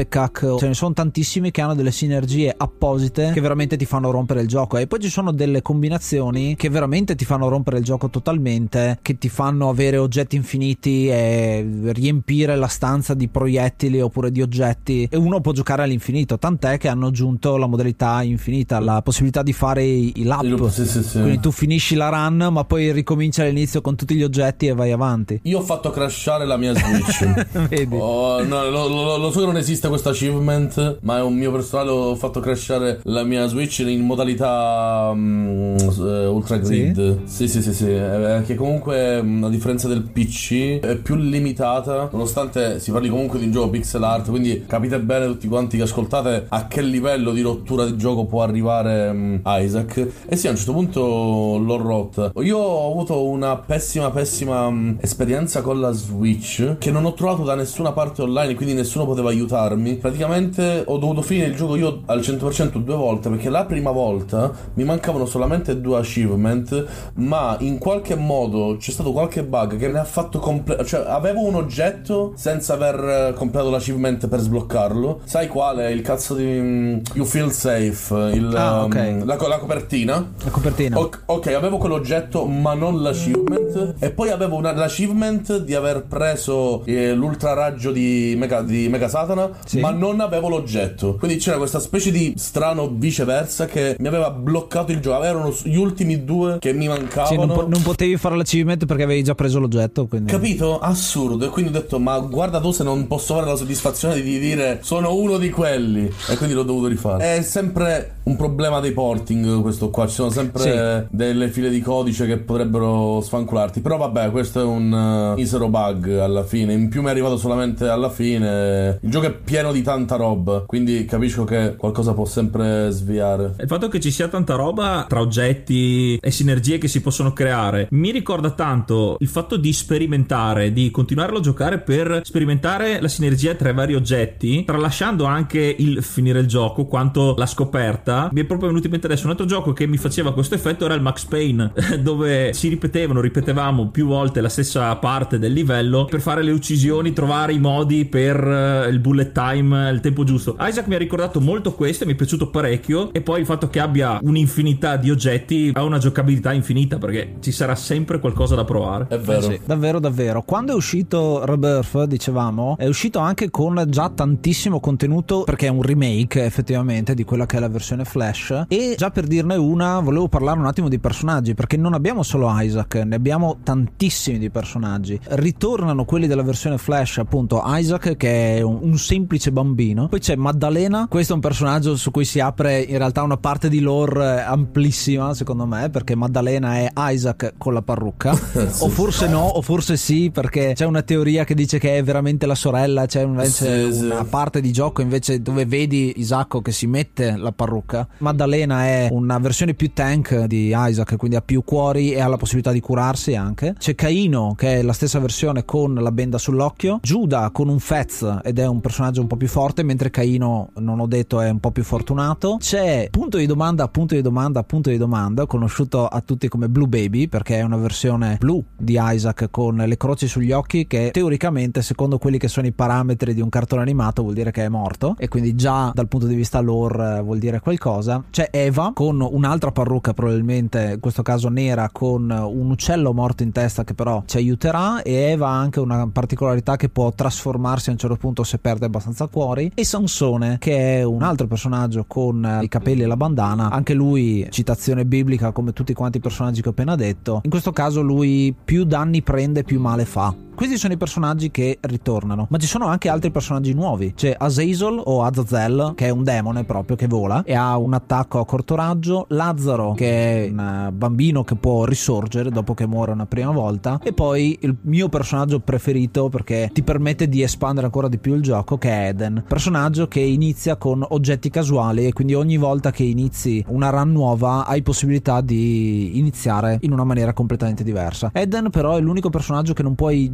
Isaac, ce ne sono tantissimi che hanno delle sinergie apposite che veramente ti fanno rompere il gioco, e poi ci sono delle combinazioni che veramente ti fanno rompere il gioco totalmente, che ti fanno avere oggetti infiniti e riempire la stanza di proiettili oppure di oggetti, e uno può giocare all'infinito, tant'è che hanno aggiunto la modalità infinita, la possibilità di fare i, i lap, sì, sì, sì. Quindi tu finisci la run ma poi ricominci all'inizio con tutti gli oggetti e vai avanti. Io ho fatto crashare la mia Switch. Vedi? Oh, no, lo, lo, lo so che non esiste questo achievement, ma è un mio personale. Ho fatto crashare la mia Switch in modalità um, Ultra Grid. Sì, sì, sì, sì, sì. Che comunque, a differenza del P C, è più limitata, nonostante si parli comunque di un gioco pixel art. Quindi capite bene tutti quanti che ascoltate a che livello di rottura di gioco può arrivare um, Isaac. E sì, a un certo punto l'ho rotta. Io ho avuto una pessima, pessima um, esperienza con la Switch, che non ho trovato da nessuna parte online, quindi nessuno poteva aiutarmi. Praticamente ho dovuto finire il gioco io al cento per cento due volte, perché la prima volta mi mancavano solamente due achievement, ma in qualche modo c'è stato qualche bug che ne ha fatto completo. Cioè, avevo un oggetto senza aver completato l'achievement per sbloccarlo. Sai quale? Il cazzo di um, You Feel Safe, il, ah, okay. um, la, la copertina. La copertina. O- ok, avevo quell'oggetto ma non l'achievement. E poi avevo una, l'achievement di aver preso eh, l'ultra raggio di Mega, di Mega Satana, sì, ma non avevo l'oggetto. Quindi c'era questa specie di strano viceversa che mi aveva bloccato il gioco. Erano gli ultimi due che mi mancavano. Sì, non, po- non potevi fare l'achievement perché avevi già preso l'oggetto, quindi... Capito? Assurdo. E quindi ho detto, ma guarda tu se non posso avere la soddisfazione di dire sono uno di quelli. E quindi l'ho dovuto rifare. È sempre un problema dei porting questo qua. Ci sono sempre sì. delle file di codice che potrebbero sfancularti. Però vabbè, questo è un uh, misero bug alla fine. In più mi è arrivato solamente alla fine. Il gioco è pieno di tanta roba, quindi capisco che qualcosa può sempre sviare. Il fatto che ci sia tanta roba tra oggetti e sinergie che si possono creare mi ricorda tanto il fatto di sperimentare, di continuarlo a giocare per sperimentare la sinergia tra i vari oggetti, tralasciando anche il finire il gioco quanto la scoperta. Mi è proprio venuto in mente adesso un altro gioco che mi faceva questo effetto, era il Max Payne, dove si ripetevano, ripetevamo più volte la stessa parte del livello per fare le uccisioni, trovare i modi per il bullet time, il tempo giusto. Isaac mi ha ricordato molto questo e mi è piaciuto parecchio, e poi il fatto che abbia un'infinità di oggetti ha una giocabilità infinita, perché ci sarà sempre qualcosa da provare. È vero. Sì, davvero davvero. Quando è uscito Rebirth, dicevamo, è uscito anche con già tantissimo contenuto, perché è un remake effettivamente di quella che è la versione Flash. E già per dirne una, volevo parlare un attimo di personaggi, perché non abbiamo solo Isaac, ne abbiamo tantissimi di personaggi. Ritornano quelli della versione Flash, appunto Isaac che è un, un semplice bambino, poi c'è Maddalena, questo è un personaggio su cui si apre in realtà una parte di lore amplissima secondo me, perché Maddalena è Isaac con la parrucca o forse no, o forse sì, perché c'è una teoria che dice che è veramente la sorella, c'è invece sì, una sì. parte di gioco invece dove vedi Isacco che si mette la parrucca. Maddalena è una versione più tank di Isaac, quindi ha più cuori e ha la possibilità di curarsi anche. C'è Caino che è la stessa versione con la benda sull'occhio, Giuda con un Fez ed è un personaggio un po' più forte, mentre Caino, non ho detto, è un po' più fortunato. C'è punto di domanda, punto di domanda, punto di domanda, conosciuto a tutti come Blue Baby, perché è una versione blu di Isaac con le croci sugli occhi, che teoricamente, secondo quelli che sono i parametri di un cartone animato, vuol dire che è morto, e quindi già dal punto di vista lore vuol dire qualcosa. C'è Eva con un'altra parrucca, probabilmente in questo caso nera, con un uccello morto in testa che però ci aiuterà, e Eva ha anche una particolarità che può trasformarsi a un certo punto se perde abbastanza cuori. E Sansone, che è un altro personaggio con i capelli e la bandana, anche lui citazione biblica come tutti quanti i personaggi che ho appena detto. In questo caso lui più danni prende più male fa. Questi sono i personaggi che ritornano, ma ci sono anche altri personaggi nuovi. C'è Azazel o Azazel, che è un demone proprio che vola e ha un attacco a corto raggio, Lazzaro che è un bambino che può risorgere dopo che muore una prima volta, e poi il mio personaggio preferito perché ti permette di espandere ancora di più il gioco, che è Eden, personaggio che inizia con oggetti casuali, e quindi ogni volta che inizi una run nuova hai possibilità di iniziare in una maniera completamente diversa. Eden però è l'unico personaggio che non puoi giocare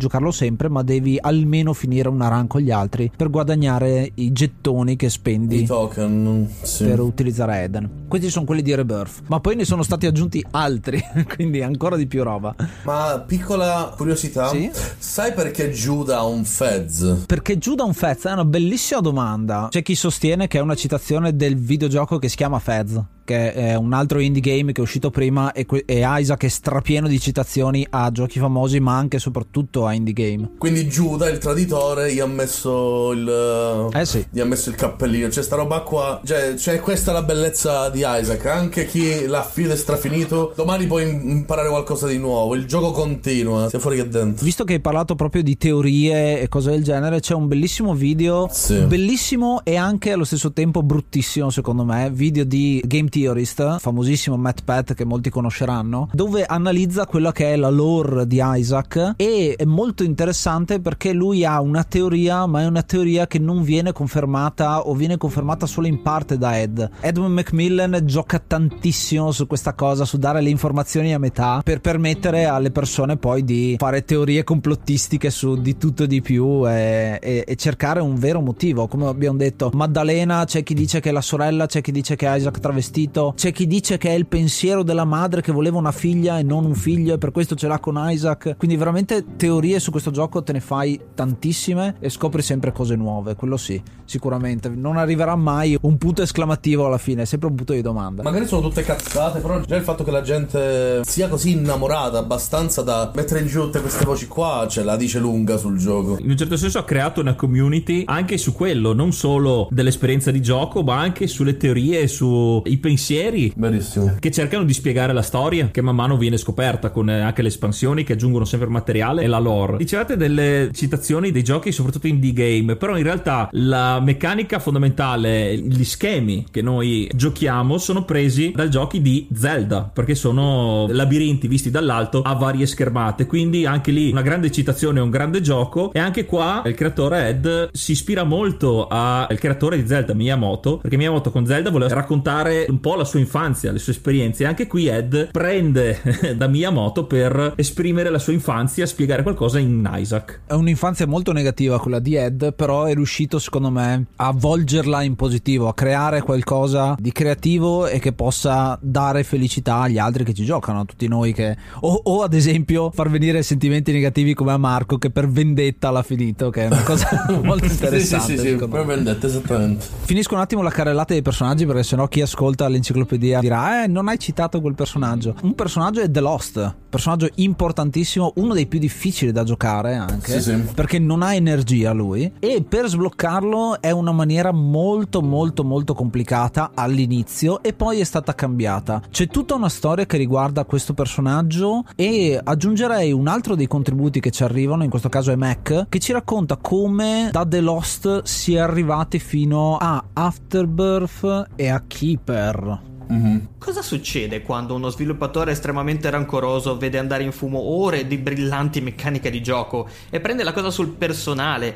giocarlo sempre, ma devi almeno finire una run con gli altri per guadagnare i gettoni che spendi, i token, sì, per utilizzare Eden. Questi sono quelli di Rebirth, ma poi ne sono stati aggiunti altri, quindi ancora di più roba. Ma piccola curiosità, sì? Sai perché Judah ha un Fez? Perché Judah ha un Fez? È una bellissima domanda. C'è chi sostiene che è una citazione del videogioco che si chiama Fez, che è un altro indie game che è uscito prima, e, que- e Isaac è strapieno di citazioni a giochi famosi, ma anche e soprattutto a indie game. Quindi Judah, il traditore, gli ha messo il eh sì. gli ha messo il cappellino. C'è sta roba qua, cioè, cioè questa è la bellezza di Isaac. Anche chi l'ha finito e strafinito, domani puoi imparare qualcosa di nuovo. Il gioco continua, sia fuori che dentro. Visto che hai parlato proprio di teorie e cose del genere, c'è un bellissimo video, sì, bellissimo e anche allo stesso tempo bruttissimo secondo me, video di Game Theorist, famosissimo MatPat che molti conosceranno, dove analizza quella che è la lore di Isaac, e è molto interessante perché lui ha una teoria, ma è una teoria che non viene confermata o viene confermata solo in parte da Ed. Edmund Macmillan gioca tantissimo su questa cosa, su dare le informazioni a metà per permettere alle persone poi di fare teorie complottistiche su di tutto e di più, e, e, e cercare un vero motivo. Come abbiamo detto, Maddalena, c'è chi dice che è la sorella, c'è chi dice che è Isaac travestito, c'è chi dice che è il pensiero della madre che voleva una figlia e non un figlio e per questo ce l'ha con Isaac. Quindi veramente teorie su questo gioco te ne fai tantissime e scopri sempre cose nuove, quello sì, sicuramente. Non arriverà mai un punto esclamativo alla fine, è sempre un punto di domanda. Magari sono tutte cazzate, però già il fatto che la gente sia così innamorata abbastanza da mettere in giù tutte queste voci qua, cioè la dice lunga sul gioco. In un certo senso ha creato una community anche su quello, non solo dell'esperienza di gioco, ma anche sulle teorie, sui pensieri. Verissimo. Che cercano di spiegare la storia, che man mano viene scoperta con anche le espansioni che aggiungono sempre materiale e la lore. Dicevate delle citazioni dei giochi, soprattutto indie game, però in realtà la meccanica fondamentale, gli schemi che noi giochiamo sono presi dai giochi di Zelda, perché sono labirinti visti dall'alto a varie schermate, quindi anche lì una grande citazione, un grande gioco. E anche qua il creatore Ed si ispira molto al creatore di Zelda, Miyamoto, perché Miyamoto con Zelda voleva raccontare un po' la sua infanzia, le sue esperienze, e anche qui Ed prende da Miyamoto per esprimere la sua infanzia, spiegare qualcosa in Isaac. È un'infanzia molto negativa quella di Ed, però è riuscito secondo me a avvolgerla in positivo, a creare qualcosa di creativo e che possa dare felicità agli altri che ci giocano, a tutti noi che o, o ad esempio far venire sentimenti negativi come a Marco che per vendetta l'ha finito, che è una cosa molto interessante. Sì, sì, sì, sì, per vendetta, esattamente. Finisco un attimo la carrellata dei personaggi, perché sennò chi ascolta l'enciclopedia dirà eh non hai citato quel personaggio. Un personaggio è The Lost, personaggio importantissimo, uno dei più difficili da giocare anche, sì, sì, perché non ha energia lui, e per sbloccarlo è una maniera molto molto molto complicata all'inizio e poi è stata cambiata. C'è tutta una storia che riguarda questo personaggio, e aggiungerei un altro dei contributi che ci arrivano, in questo caso è Mac, che ci racconta come da The Lost si è arrivati fino a Afterbirth e a Keeper. Mm-hmm. Cosa succede quando uno sviluppatore estremamente rancoroso vede andare in fumo ore di brillanti meccaniche di gioco e prende la cosa sul personale?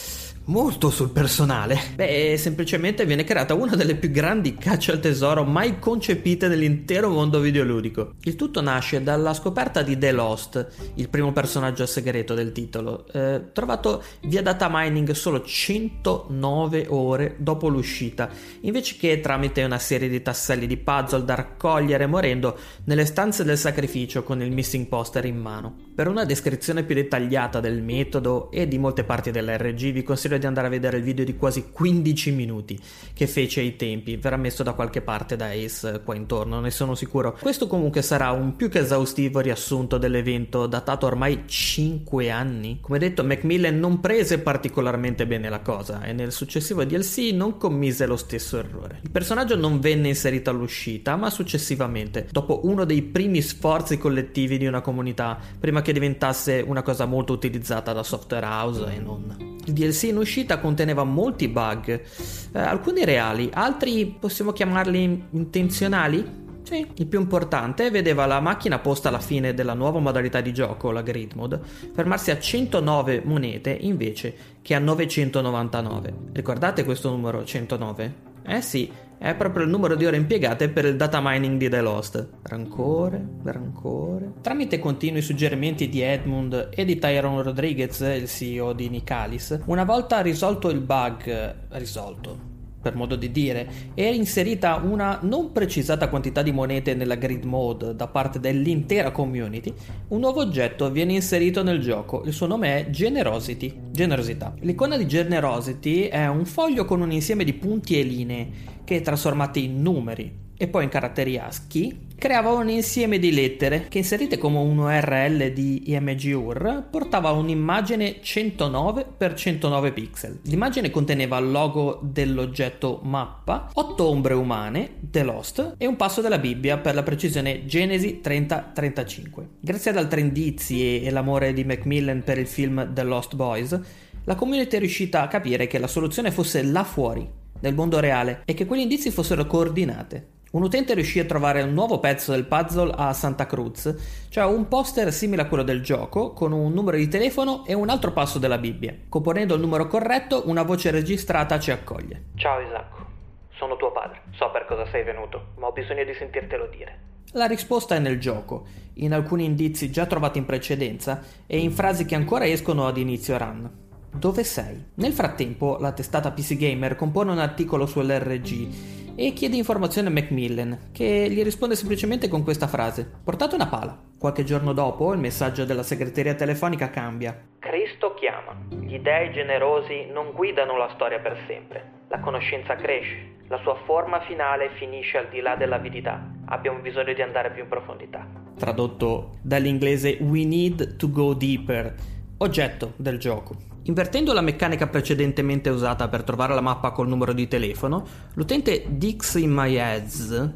Molto sul personale. Beh, semplicemente viene creata una delle più grandi cacce al tesoro mai concepite nell'intero mondo videoludico. Il tutto nasce dalla scoperta di The Lost, il primo personaggio segreto del titolo, eh, trovato via data mining solo centonove ore dopo l'uscita, invece che tramite una serie di tasselli di puzzle da raccogliere morendo nelle stanze del sacrificio con il missing poster in mano. Per una descrizione più dettagliata del metodo e di molte parti dell'R G vi consiglio di andare a vedere il video di quasi quindici minuti che fece ai tempi, verrà messo da qualche parte da Ace qua intorno, ne sono sicuro. Questo comunque sarà un più che esaustivo riassunto dell'evento datato ormai cinque anni. Come detto, Macmillan non prese particolarmente bene la cosa e nel successivo D L C non commise lo stesso errore. Il personaggio non venne inserito all'uscita, ma successivamente, dopo uno dei primi sforzi collettivi di una comunità, prima che diventasse una cosa molto utilizzata da software house e non. Il D L C in uscita conteneva molti bug, eh, alcuni reali, altri possiamo chiamarli intenzionali? Sì. Il più importante vedeva la macchina posta alla fine della nuova modalità di gioco, la Grid Mode, fermarsi a centonove monete invece che a novecentonovantanove. Ricordate questo numero centonove? Eh sì, è proprio il numero di ore impiegate per il data mining di The Lost. Rancore, rancore. Tramite continui suggerimenti di Edmund e di Tyrone Rodriguez, il C E O di Nicalis, una volta risolto il bug, risolto per modo di dire, è inserita una non precisata quantità di monete nella grid mode da parte dell'intera community, un nuovo oggetto viene inserito nel gioco. Il suo nome è Generosity, generosità. L'icona di Generosity è un foglio con un insieme di punti e linee che, trasformati in numeri e poi in caratteri ASCII, creava un insieme di lettere che, inserite come un U R L di I M G U R, portava un'immagine centonove per centonove pixel. L'immagine conteneva il logo dell'oggetto mappa, otto ombre umane, The Lost, e un passo della Bibbia, per la precisione Genesi trenta trentacinque. Grazie ad altri indizi e l'amore di Macmillan per il film The Lost Boys, la community è riuscita a capire che la soluzione fosse là fuori, nel mondo reale, e che quegli indizi fossero coordinate. Un utente riuscì a trovare un nuovo pezzo del puzzle a Santa Cruz, cioè un poster simile a quello del gioco, con un numero di telefono e un altro passo della Bibbia. Componendo il numero corretto, una voce registrata ci accoglie. Ciao Isacco, sono tuo padre. So per cosa sei venuto, ma ho bisogno di sentirtelo dire. La risposta è nel gioco, in alcuni indizi già trovati in precedenza e in frasi che ancora escono ad inizio run. Dove sei? Nel frattempo, la testata P C Gamer compone un articolo sull'R G e chiede informazioni a Macmillan, che gli risponde semplicemente con questa frase: portate una pala. Qualche giorno dopo il messaggio della segreteria telefonica cambia. Cristo chiama. Gli dei generosi non guidano la storia per sempre. La conoscenza cresce. La sua forma finale finisce al di là dell'avidità. Abbiamo bisogno di andare più in profondità. Tradotto dall'inglese We need to go deeper. Oggetto del gioco. Invertendo la meccanica precedentemente usata per trovare la mappa col numero di telefono, l'utente Dix in My Ads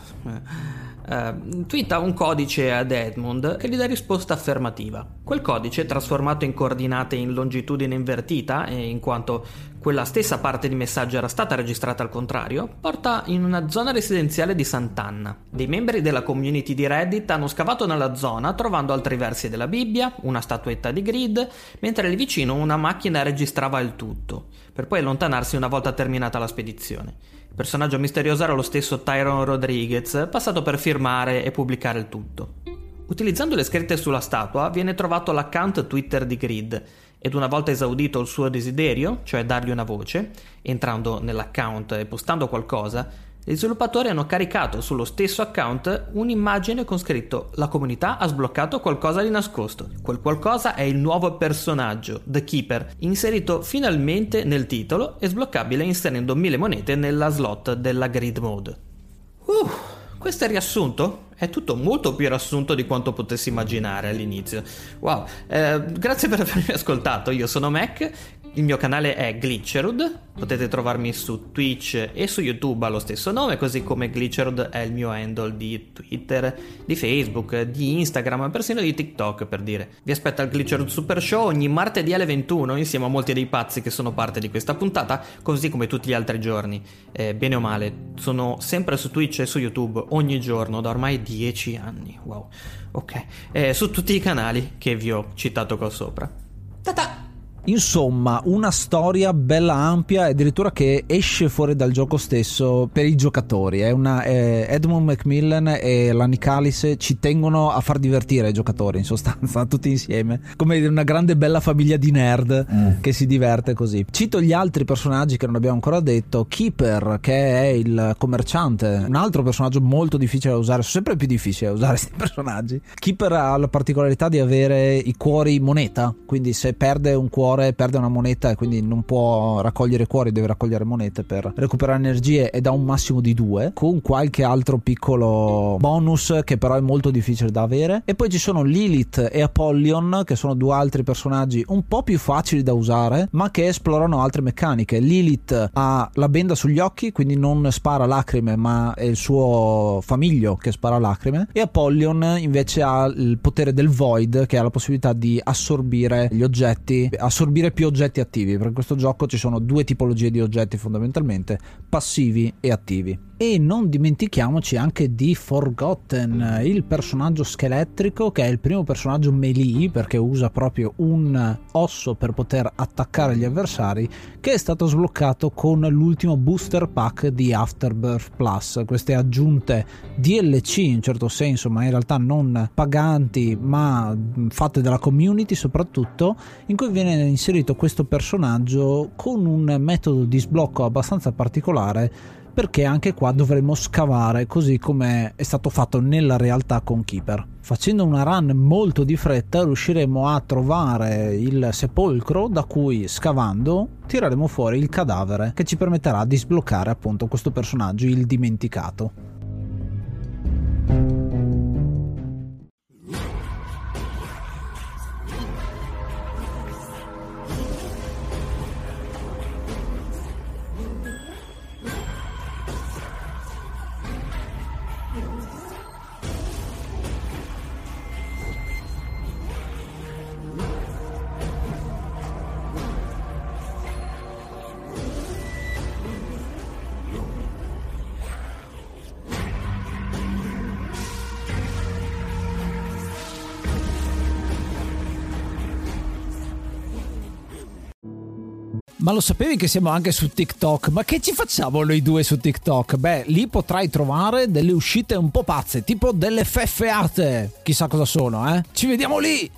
uh, twitta un codice ad Edmund che gli dà risposta affermativa. Quel codice, trasformato in coordinate in longitudine invertita, e in quanto quella stessa parte di messaggio era stata registrata al contrario, porta in una zona residenziale di Sant'Anna. Dei membri della community di Reddit hanno scavato nella zona trovando altri versi della Bibbia, una statuetta di Grid, mentre lì vicino una macchina registrava il tutto, per poi allontanarsi una volta terminata la spedizione. Il personaggio misterioso era lo stesso Tyrone Rodriguez, passato per firmare e pubblicare il tutto. Utilizzando le scritte sulla statua viene trovato l'account Twitter di Grid, ed una volta esaudito il suo desiderio, cioè dargli una voce, entrando nell'account e postando qualcosa, gli sviluppatori hanno caricato sullo stesso account un'immagine con scritto: la comunità ha sbloccato qualcosa di nascosto. Quel qualcosa è il nuovo personaggio, The Keeper, inserito finalmente nel titolo e sbloccabile inserendo mille monete nella slot della Grid Mode. Uh, questo è il riassunto? È tutto molto più riassunto di quanto potessi immaginare all'inizio. Wow, eh, grazie per avermi ascoltato. Io sono Mac, il mio canale è Glitcherud, potete trovarmi su Twitch e su YouTube allo stesso nome, così come Glitcherud è il mio handle di Twitter, di Facebook, di Instagram, persino di TikTok, per dire. Vi aspetto al Glitcherud Super Show ogni martedì alle ventuno, insieme a molti dei pazzi che sono parte di questa puntata, così come tutti gli altri giorni. Eh, bene o male, sono sempre su Twitch e su YouTube ogni giorno da ormai dieci anni. Wow, ok. Eh, su tutti i canali che vi ho citato qua sopra. Ta-ta! Insomma, una storia bella ampia, addirittura che esce fuori dal gioco stesso per i giocatori. È una, è Edmund Macmillan e la Nicalis ci tengono a far divertire i giocatori, in sostanza, tutti insieme, come una grande bella famiglia di nerd mm. che si diverte così. Cito gli altri personaggi che non abbiamo ancora detto. Keeper, che è il commerciante, un altro personaggio molto difficile da usare, sono sempre più difficili da usare questi personaggi. Keeper ha la particolarità di avere i cuori moneta, quindi se perde un cuore perde una moneta e quindi non può raccogliere cuori, deve raccogliere monete per recuperare energie, ed ha un massimo di due, con qualche altro piccolo bonus che però è molto difficile da avere. E poi ci sono Lilith e Apollyon, che sono due altri personaggi un po' più facili da usare ma che esplorano altre meccaniche. Lilith ha la benda sugli occhi, quindi non spara lacrime ma è il suo famiglio che spara lacrime, e Apollyon invece ha il potere del Void, che ha la possibilità di assorbire gli oggetti, assorbire più oggetti attivi, perché in questo gioco ci sono due tipologie di oggetti fondamentalmente, passivi e attivi. E non dimentichiamoci anche di Forgotten, il personaggio scheletrico che è il primo personaggio melee perché usa proprio un osso per poter attaccare gli avversari, che è stato sbloccato con l'ultimo booster pack di Afterbirth Plus, queste aggiunte D L C in certo senso, ma in realtà non paganti ma fatte dalla community soprattutto, in cui viene inserito questo personaggio con un metodo di sblocco abbastanza particolare, perché anche qua dovremo scavare così come è stato fatto nella realtà con Keeper. Facendo una run molto di fretta riusciremo a trovare il sepolcro da cui, scavando, tireremo fuori il cadavere che ci permetterà di sbloccare appunto questo personaggio, il dimenticato. Ma lo sapevi che siamo anche su TikTok? Ma che ci facciamo noi due su TikTok? Beh, lì potrai trovare delle uscite un po' pazze, tipo delle feffeate. Chissà cosa sono, eh? Ci vediamo lì!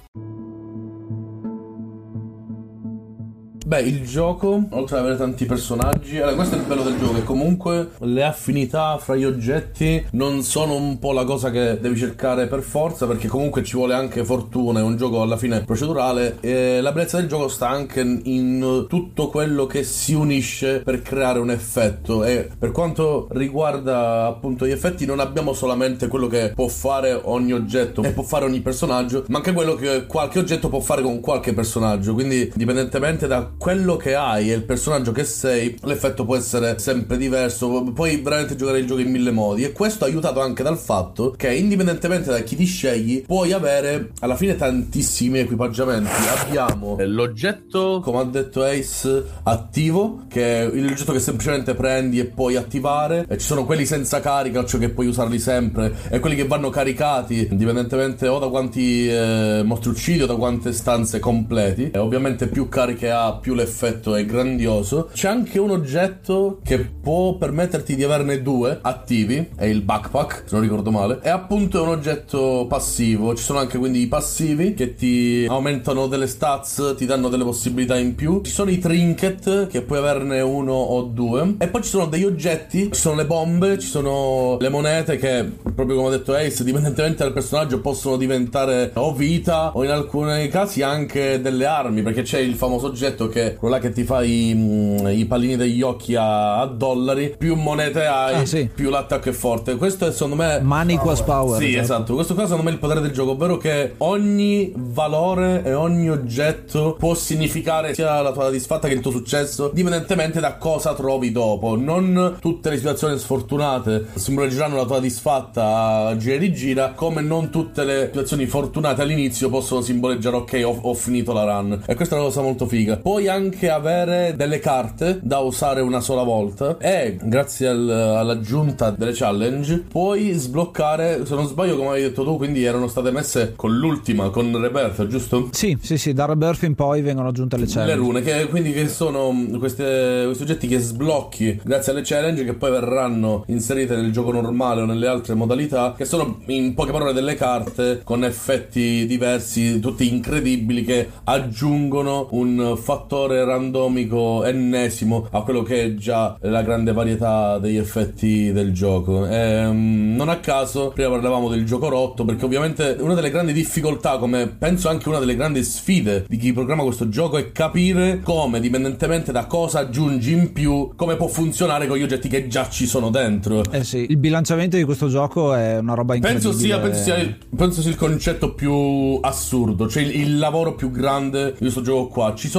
Beh, il gioco, oltre ad avere tanti personaggi, allora questo è il bello del gioco, che comunque le affinità fra gli oggetti non sono un po' la cosa che devi cercare per forza, perché comunque ci vuole anche fortuna, è un gioco alla fine procedurale, e la bellezza del gioco sta anche in tutto quello che si unisce per creare un effetto. E per quanto riguarda appunto gli effetti, non abbiamo solamente quello che può fare ogni oggetto e può fare ogni personaggio, ma anche quello che qualche oggetto può fare con qualche personaggio, quindi dipendentemente da quello che hai e il personaggio che sei, l'effetto può essere sempre diverso. Puoi veramente giocare il gioco in mille modi, e questo è aiutato anche dal fatto che indipendentemente da chi ti scegli puoi avere alla fine tantissimi equipaggiamenti. Abbiamo l'oggetto, come ha detto Ace, attivo, che è l'oggetto che semplicemente prendi e puoi attivare, e ci sono quelli senza carica, cioè che puoi usarli sempre, e quelli che vanno caricati indipendentemente o da quanti eh, mostri uccidi o da quante stanze completi, e ovviamente più cariche ha più l'effetto è grandioso. C'è anche un oggetto che può permetterti di averne due attivi, è il backpack se non ricordo male, e appunto è un oggetto passivo. Ci sono anche quindi i passivi che ti aumentano delle stats, ti danno delle possibilità in più. Ci sono i trinket che puoi averne uno o due, e poi ci sono degli oggetti, ci sono le bombe, ci sono le monete che, proprio come ha detto Ace, dipendentemente dal personaggio possono diventare o vita o in alcuni casi anche delle armi, perché c'è il famoso oggetto che è quello là che ti fa i, i pallini degli occhi a, a dollari. Più monete hai, ah, sì, più l'attacco è forte. Questo è secondo me money equals power. Sì, esatto. Questo qua secondo me è il potere del gioco, ovvero che ogni valore e ogni oggetto può significare sia la tua disfatta che il tuo successo, dipendentemente da cosa trovi dopo. Non tutte le situazioni sfortunate simboleggeranno la tua disfatta a gira e rigira, come non tutte le situazioni fortunate all'inizio possono simboleggiare ok, ho, ho finito la run. E questa è una cosa molto figa. Puoi anche avere delle carte da usare una sola volta, e grazie al, all'aggiunta delle challenge puoi sbloccare, se non sbaglio come hai detto tu, quindi erano state messe con l'ultima, con Rebirth, giusto? Sì, sì, sì, da Rebirth in poi vengono aggiunte le challenge. Le rune, che quindi che sono queste, questi oggetti che sblocchi grazie alle challenge, che poi verranno inserite nel gioco normale o nelle altre modalità, che sono in poche parole delle carte con effetti diversi, tutti incredibili, che aggiungono un fattore randomico ennesimo a quello che è già la grande varietà degli effetti del gioco. E, um, non a caso prima parlavamo del gioco rotto, perché ovviamente una delle grandi difficoltà, come penso anche una delle grandi sfide di chi programma questo gioco, è capire come, dipendentemente da cosa aggiungi in più, come può funzionare con gli oggetti che già ci sono dentro. Eh sì, il bilanciamento di questo gioco è una roba incredibile. Penso sia, penso sia, penso sia il concetto più assurdo, cioè il, il lavoro più grande di questo gioco qua. Ci sono troppi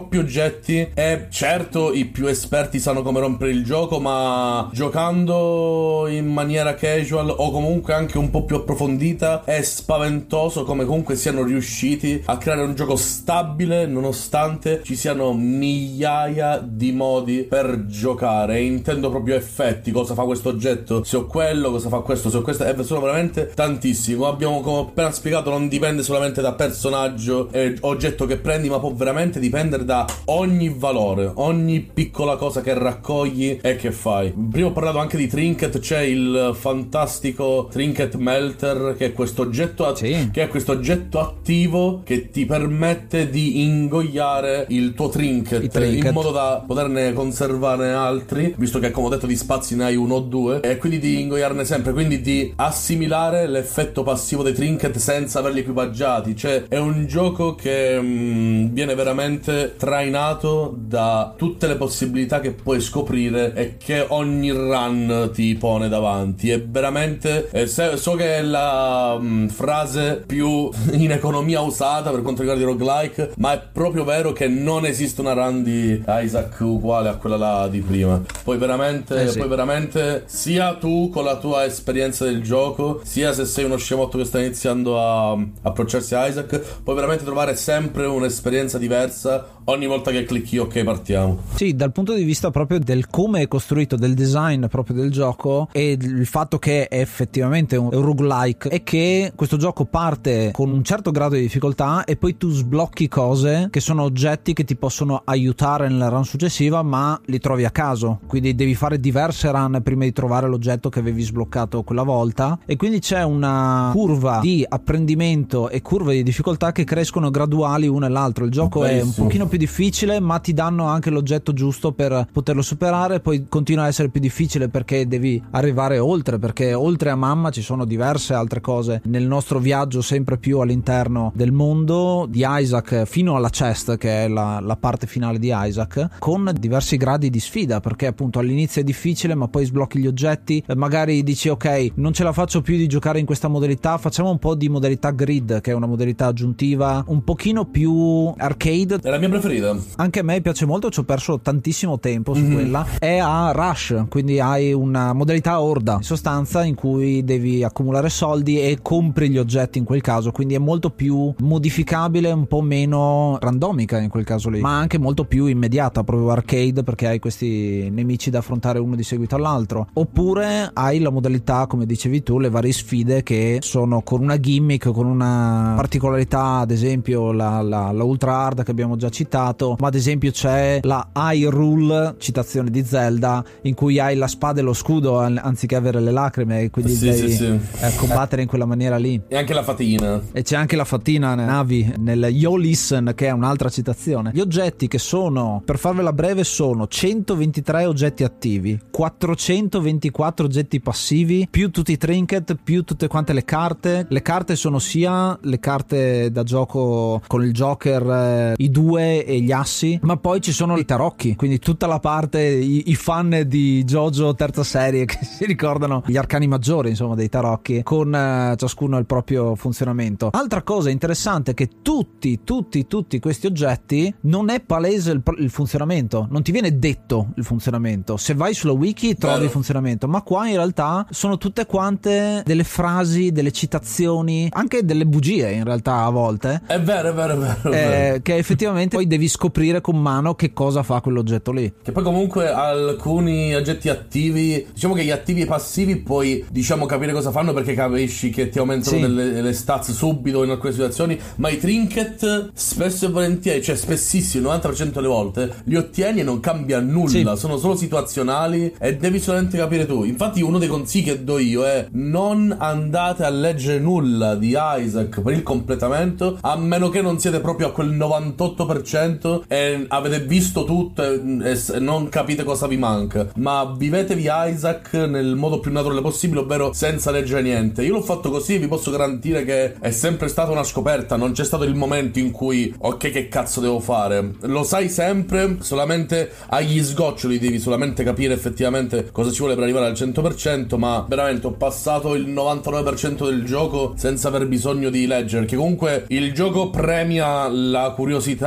troppi oggetti e certo i più esperti sanno come rompere il gioco, ma giocando in maniera casual o comunque anche un po' più approfondita è spaventoso come comunque siano riusciti a creare un gioco stabile nonostante ci siano migliaia di modi per giocare. E intendo proprio effetti, cosa fa questo oggetto se ho quello, cosa fa questo se ho questo, e sono veramente tantissimi. Come abbiamo come ho appena spiegato, non dipende solamente da personaggio e oggetto che prendi, ma può veramente dipendere da ogni valore, ogni piccola cosa che raccogli e che fai. Prima ho parlato anche di trinket, c'è il fantastico trinket melter, che è questo oggetto att- sì. che è questo oggetto attivo che ti permette di ingoiare il tuo trinket, trinket in modo da poterne conservare altri, visto che come ho detto di spazi ne hai uno o due, e quindi di ingoiarne sempre, quindi di assimilare l'effetto passivo dei trinket senza averli equipaggiati. Cioè è un gioco che mh, viene veramente trainato da tutte le possibilità che puoi scoprire e che ogni run ti pone davanti. È veramente eh, se, so che è la mh, frase più in economia usata per quanto riguarda i roguelike, ma è proprio vero che non esiste una run di Isaac uguale a quella là di prima. Poi veramente, eh sì. poi veramente sia tu con la tua esperienza del gioco, sia se sei uno scemotto che sta iniziando a approcciarsi a Isaac, puoi veramente trovare sempre un'esperienza diversa ogni volta che clicchi ok partiamo. Sì, dal punto di vista proprio del come è costruito, del design proprio del gioco, e il fatto che è effettivamente un roguelike è che questo gioco parte con un certo grado di difficoltà e poi tu sblocchi cose che sono oggetti che ti possono aiutare nella run successiva, ma li trovi a caso, quindi devi fare diverse run prima di trovare l'oggetto che avevi sbloccato quella volta, e quindi c'è una curva di apprendimento e curve di difficoltà che crescono graduali uno e l'altro. Il gioco Bellissimo. È un pochino più difficile, ma ti danno anche l'oggetto giusto per poterlo superare, poi continua a essere più difficile perché devi arrivare oltre, perché oltre a mamma ci sono diverse altre cose nel nostro viaggio sempre più all'interno del mondo di Isaac, fino alla chest, che è la, la parte finale di Isaac, con diversi gradi di sfida, perché appunto all'inizio è difficile ma poi sblocchi gli oggetti, magari dici ok, non ce la faccio più di giocare in questa modalità, facciamo un po' di modalità grid, che è una modalità aggiuntiva un pochino più arcade. È la mia preferita. Anche a me piace molto, ci ho perso tantissimo tempo su mm-hmm. quella. È a Rush, quindi hai una modalità orda in sostanza in cui devi accumulare soldi e compri gli oggetti in quel caso, quindi è molto più modificabile, un po' meno randomica in quel caso lì, ma anche molto più immediata, proprio arcade, perché hai questi nemici da affrontare uno di seguito all'altro. Oppure hai la modalità, come dicevi tu, le varie sfide che sono con una gimmick, con una particolarità, ad esempio la, la, la ultra hard che abbiamo già citato, ma ad esempio c'è la Hyrule, citazione di Zelda, in cui hai la spada e lo scudo anziché avere le lacrime, e quindi sì, devi sì, sì. Eh, combattere in quella maniera lì. E anche la fatina. E c'è anche la fatina Navi nel Yo Listen, che è un'altra citazione. Gli oggetti, che sono, per farvela breve, sono centoventitré oggetti attivi, quattrocentoventiquattro oggetti passivi, più tutti i trinket, più tutte quante le carte. Le carte sono sia le carte da gioco con il Joker, eh, i due e gli assi, ma poi ci sono i tarocchi, quindi tutta la parte, i, i fan di JoJo terza serie che si ricordano gli arcani maggiori, insomma, dei tarocchi, con eh, ciascuno il proprio funzionamento. Altra cosa interessante è che tutti, tutti, tutti questi oggetti non è palese il, il funzionamento, non ti viene detto il funzionamento. Se vai sulla wiki trovi Bello. il funzionamento, ma qua in realtà sono tutte quante delle frasi, delle citazioni, anche delle bugie in realtà a volte. È vero, è vero, è vero, è eh, vero. Che effettivamente poi devi scoprire con mano che cosa fa quell'oggetto lì. Che poi comunque alcuni oggetti attivi, diciamo che gli attivi e passivi puoi, diciamo, capire cosa fanno, perché capisci che ti aumentano sì. delle, le stats subito in alcune situazioni, ma i trinket spesso e volentieri, cioè spessissimo, il novanta per cento delle volte li ottieni e non cambia nulla, sì. sono solo situazionali e devi solamente capire tu. Infatti uno dei consigli che do io è: non andate a leggere nulla di Isaac per il completamento, a meno che non siete proprio a quel novantotto per cento e avete visto tutto e, e non capite cosa vi manca, ma vivetevi Isaac nel modo più naturale possibile, ovvero senza leggere niente. Io l'ho fatto così e vi posso garantire che è sempre stata una scoperta, non c'è stato il momento in cui ok, che cazzo devo fare, lo sai sempre, solamente agli sgoccioli devi solamente capire effettivamente cosa ci vuole per arrivare al cento per cento, ma veramente ho passato il novantanove per cento del gioco senza aver bisogno di leggere, che comunque il gioco premia la curiosità e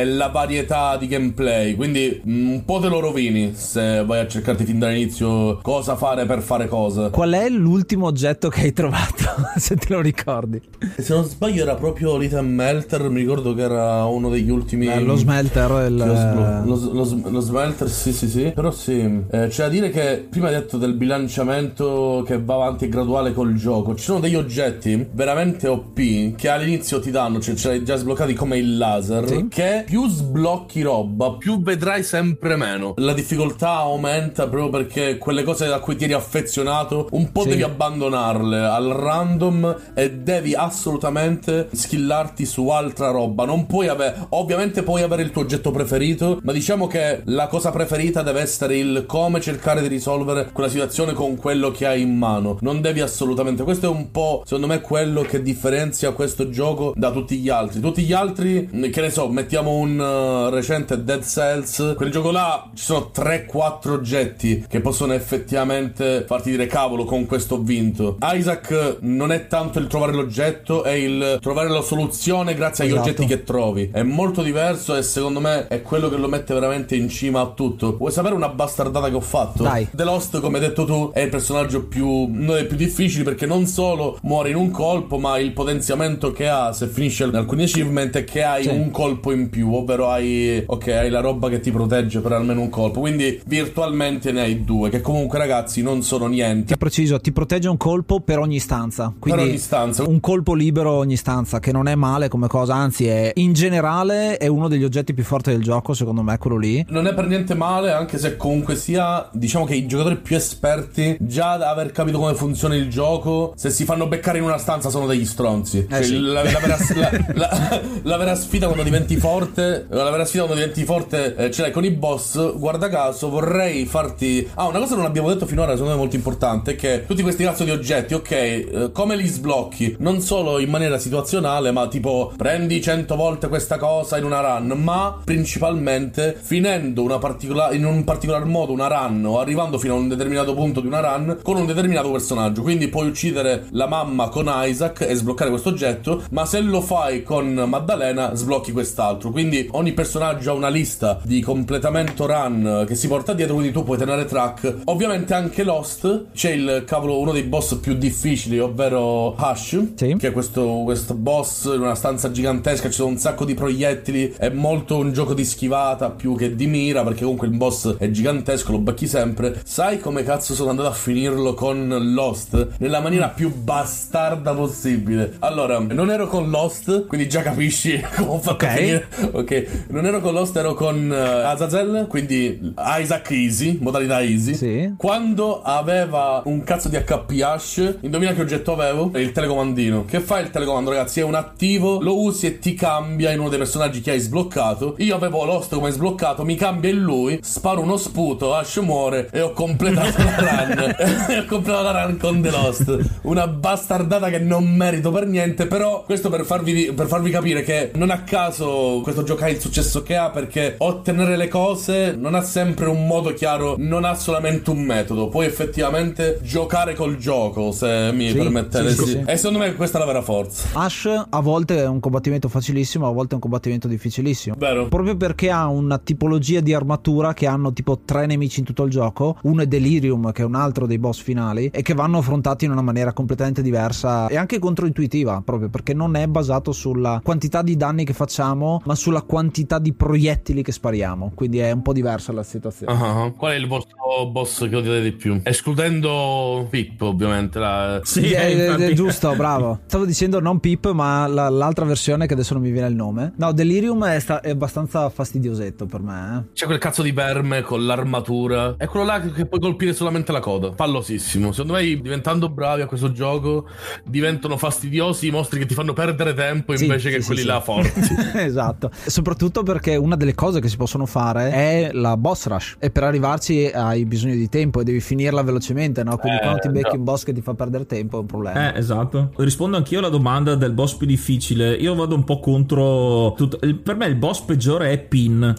è la varietà di gameplay, quindi un po' te lo rovini se vai a cercarti fin dall'inizio cosa fare per fare cosa. Qual è l'ultimo oggetto che hai trovato, se te lo ricordi? Se non sbaglio era proprio l'Item Melter, mi ricordo che era uno degli ultimi. Eh, lo smelter, il... lo, lo, lo, lo smelter, sì sì sì. Però sì, eh, c'è da dire che prima hai detto del bilanciamento che va avanti graduale col gioco. Ci sono degli oggetti veramente O P che all'inizio ti danno, cioè ce l'hai già sbloccati come il laser, sì, che più sblocchi roba più vedrai sempre meno. La difficoltà aumenta proprio perché quelle cose a cui ti eri affezionato un po' sì, devi abbandonarle al random e devi assolutamente skillarti su altra roba. Non puoi avere, ovviamente puoi avere il tuo oggetto preferito, ma diciamo che la cosa preferita deve essere il come cercare di risolvere quella situazione con quello che hai in mano. Non devi assolutamente, questo è un po' secondo me quello che differenzia questo gioco da tutti gli altri. Tutti gli altri, che ne so, mettiamo un uh, recente Dead Cells, quel gioco là ci sono tre quattro oggetti che possono effettivamente farti dire cavolo, con questo ho vinto. Isaac non è tanto il trovare l'oggetto, è il trovare la soluzione grazie agli esatto. oggetti che trovi. È molto diverso e secondo me è quello che lo mette veramente in cima a tutto. Vuoi sapere una bastardata che ho fatto? Dai. The Lost, come hai detto tu, è il personaggio più uno dei più difficili, perché non solo muore in un colpo, ma il potenziamento che ha se finisce alcuni achievement è che hai sì. un colpo in più, ovvero hai ok, hai la roba che ti protegge per almeno un colpo, quindi virtualmente ne hai due, che comunque ragazzi non sono niente. Ti preciso, ti protegge un colpo per ogni stanza, quindi per ogni stanza, un colpo libero ogni stanza, che non è male come cosa, anzi è in generale è uno degli oggetti più forti del gioco, secondo me quello lì non è per niente male, anche se comunque sia, diciamo che i giocatori più esperti, già da aver capito come funziona il gioco, se si fanno beccare in una stanza sono degli stronzi. eh cioè, sì. la, la, vera, la, la, la vera sfida quando diventi forte la vera sfida quando diventi forte eh, ce l'hai con i boss. Guarda caso vorrei farti ah una cosa non abbiamo detto finora, secondo me è molto importante, è che tutti questi cazzo di oggetti, ok, eh, come li sblocchi non solo in maniera situazionale, ma tipo prendi cento volte questa cosa in una run, ma principalmente finendo una particolare in un particolar modo una run o arrivando fino a un determinato punto di una run con un determinato personaggio. Quindi puoi uccidere la mamma con Isaac e sbloccare questo oggetto, ma se lo fai con Maddalena sblocchi quest'altro. Quindi ogni personaggio ha una lista di completamento run che si porta dietro, quindi tu puoi tenere track. Ovviamente anche Lost c'è il cavolo, uno dei boss più difficili, ovvero Hush, sì. che è questo, questo boss in una stanza gigantesca, ci sono un sacco di proiettili, è molto un gioco di schivata più che di mira, perché comunque il boss è gigantesco, lo becchi sempre. Sai come cazzo sono andato a finirlo con Lost? Nella maniera più bastarda possibile. Allora, non ero con Lost, quindi già capisci come ho fatto okay. a finire. Ok, non ero con Lost, ero con uh, Azazel, quindi Isaac Easy, modalità easy. Sì. Quando aveva un cazzo di H P Hash, indovina che oggetto avevo? Il telecomandino. Che fa il telecomando, ragazzi? È un attivo, lo usi e ti cambia in uno dei personaggi che hai sbloccato. Io avevo Lost come sbloccato, mi cambia in lui, sparo uno sputo, Ash muore e ho completato la run. E ho completato la run con The Lost. Una bastardata che non merito per niente, però questo per farvi, per farvi capire che non a caso questo gioco ha il successo che ha, perché ottenere le cose non ha sempre un modo chiaro, non ha solamente un metodo, puoi effettivamente giocare col gioco, se mi sì, permettete sì, sì, sì. E secondo me questa è la vera forza. Ash a volte è un combattimento facilissimo, a volte è un combattimento difficilissimo. Vero. Proprio perché ha una tipologia di armatura che hanno tipo tre nemici in tutto il gioco. Uno è Delirium, che è un altro dei boss finali, e che vanno affrontati in una maniera completamente diversa e anche controintuitiva, proprio perché non è basato sulla quantità di danni che facciamo, ma sulla quantità di proiettili che spariamo. Quindi è un po' diversa la situazione. Uh-huh. Qual è il vostro boss che odiate di più? Escludendo Pip, ovviamente. La... Sì, è, è, è giusto, bravo. Stavo dicendo non Pip, ma la, l'altra versione che adesso non mi viene il nome. No, Delirium è, sta, è abbastanza fastidiosetto per me. Eh. C'è quel cazzo di verme con l'armatura. È quello là che, che puoi colpire solamente la coda. Fallosissimo. Secondo me, diventando bravi a questo gioco, diventano fastidiosi i mostri che ti fanno perdere tempo sì, invece sì, che sì, quelli sì. là forti. Esatto. Soprattutto perché una delle cose che si possono fare è la boss rush, e per arrivarci hai bisogno di tempo e devi finirla velocemente, no? Quindi eh, quando ti becchi no. un boss che ti fa perdere tempo è un problema. Eh, esatto. Rispondo anch'io alla domanda del boss più difficile. Io vado un po' contro tutto. Per me il boss peggiore è Pin.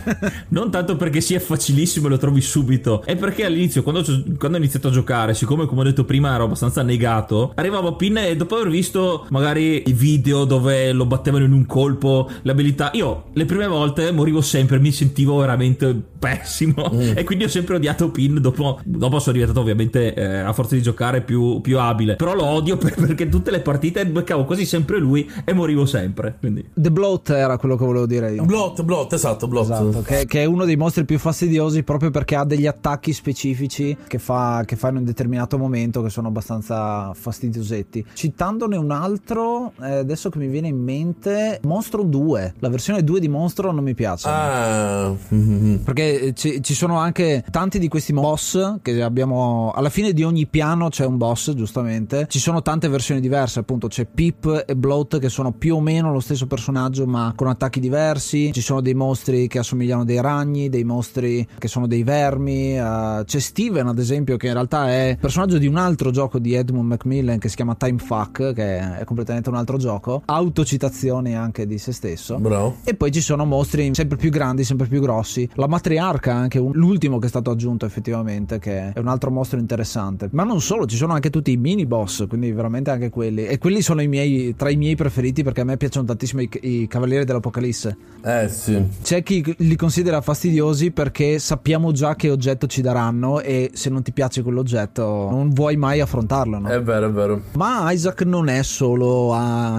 Non tanto perché sia facilissimo e lo trovi subito, è perché all'inizio quando, quando ho iniziato a giocare, siccome come ho detto prima ero abbastanza negato, arrivavo a Pin e dopo aver visto magari i video dove lo battevano in un colpo, le abilità verità, io le prime volte morivo sempre, mi sentivo veramente pessimo mm. e quindi ho sempre odiato Pin. Dopo, dopo sono diventato ovviamente eh, a forza di giocare più, più abile, però lo odio per, perché tutte le partite beccavo quasi sempre lui e morivo sempre, quindi. The Bloat era quello che volevo dire io. Bloat, Bloat, esatto, Bloat. Esatto, che, che è uno dei mostri più fastidiosi proprio perché ha degli attacchi specifici che fa, che fa in un determinato momento che sono abbastanza fastidiosetti. Citandone un altro, eh, adesso che mi viene in mente, Monstro due, la versione due di Monstro non mi piace. Ah. Perché ci, ci sono anche tanti di questi boss che abbiamo, alla fine di ogni piano c'è un boss, giustamente. Ci sono tante versioni diverse, appunto c'è Pip e Bloat che sono più o meno lo stesso personaggio ma con attacchi diversi. Ci sono dei mostri che assomigliano a dei ragni, dei mostri che sono dei vermi, uh, c'è Steven ad esempio che in realtà è personaggio di un altro gioco di Edmund Macmillan che si chiama Time Fuck, che è completamente un altro gioco, autocitazioni anche di se stesso. Bravo. E poi ci sono mostri sempre più grandi, sempre più grossi. La matriarca, anche un, l'ultimo che è stato aggiunto effettivamente, che è un altro mostro interessante. Ma non solo, ci sono anche tutti i mini boss, quindi veramente anche quelli. E quelli sono i miei, tra i miei preferiti, perché a me piacciono tantissimo i, i Cavalieri dell'Apocalisse. Eh sì. C'è chi li considera fastidiosi perché sappiamo già che oggetto ci daranno e se non ti piace quell'oggetto non vuoi mai affrontarlo, no? È vero, è vero. Ma Isaac non è solo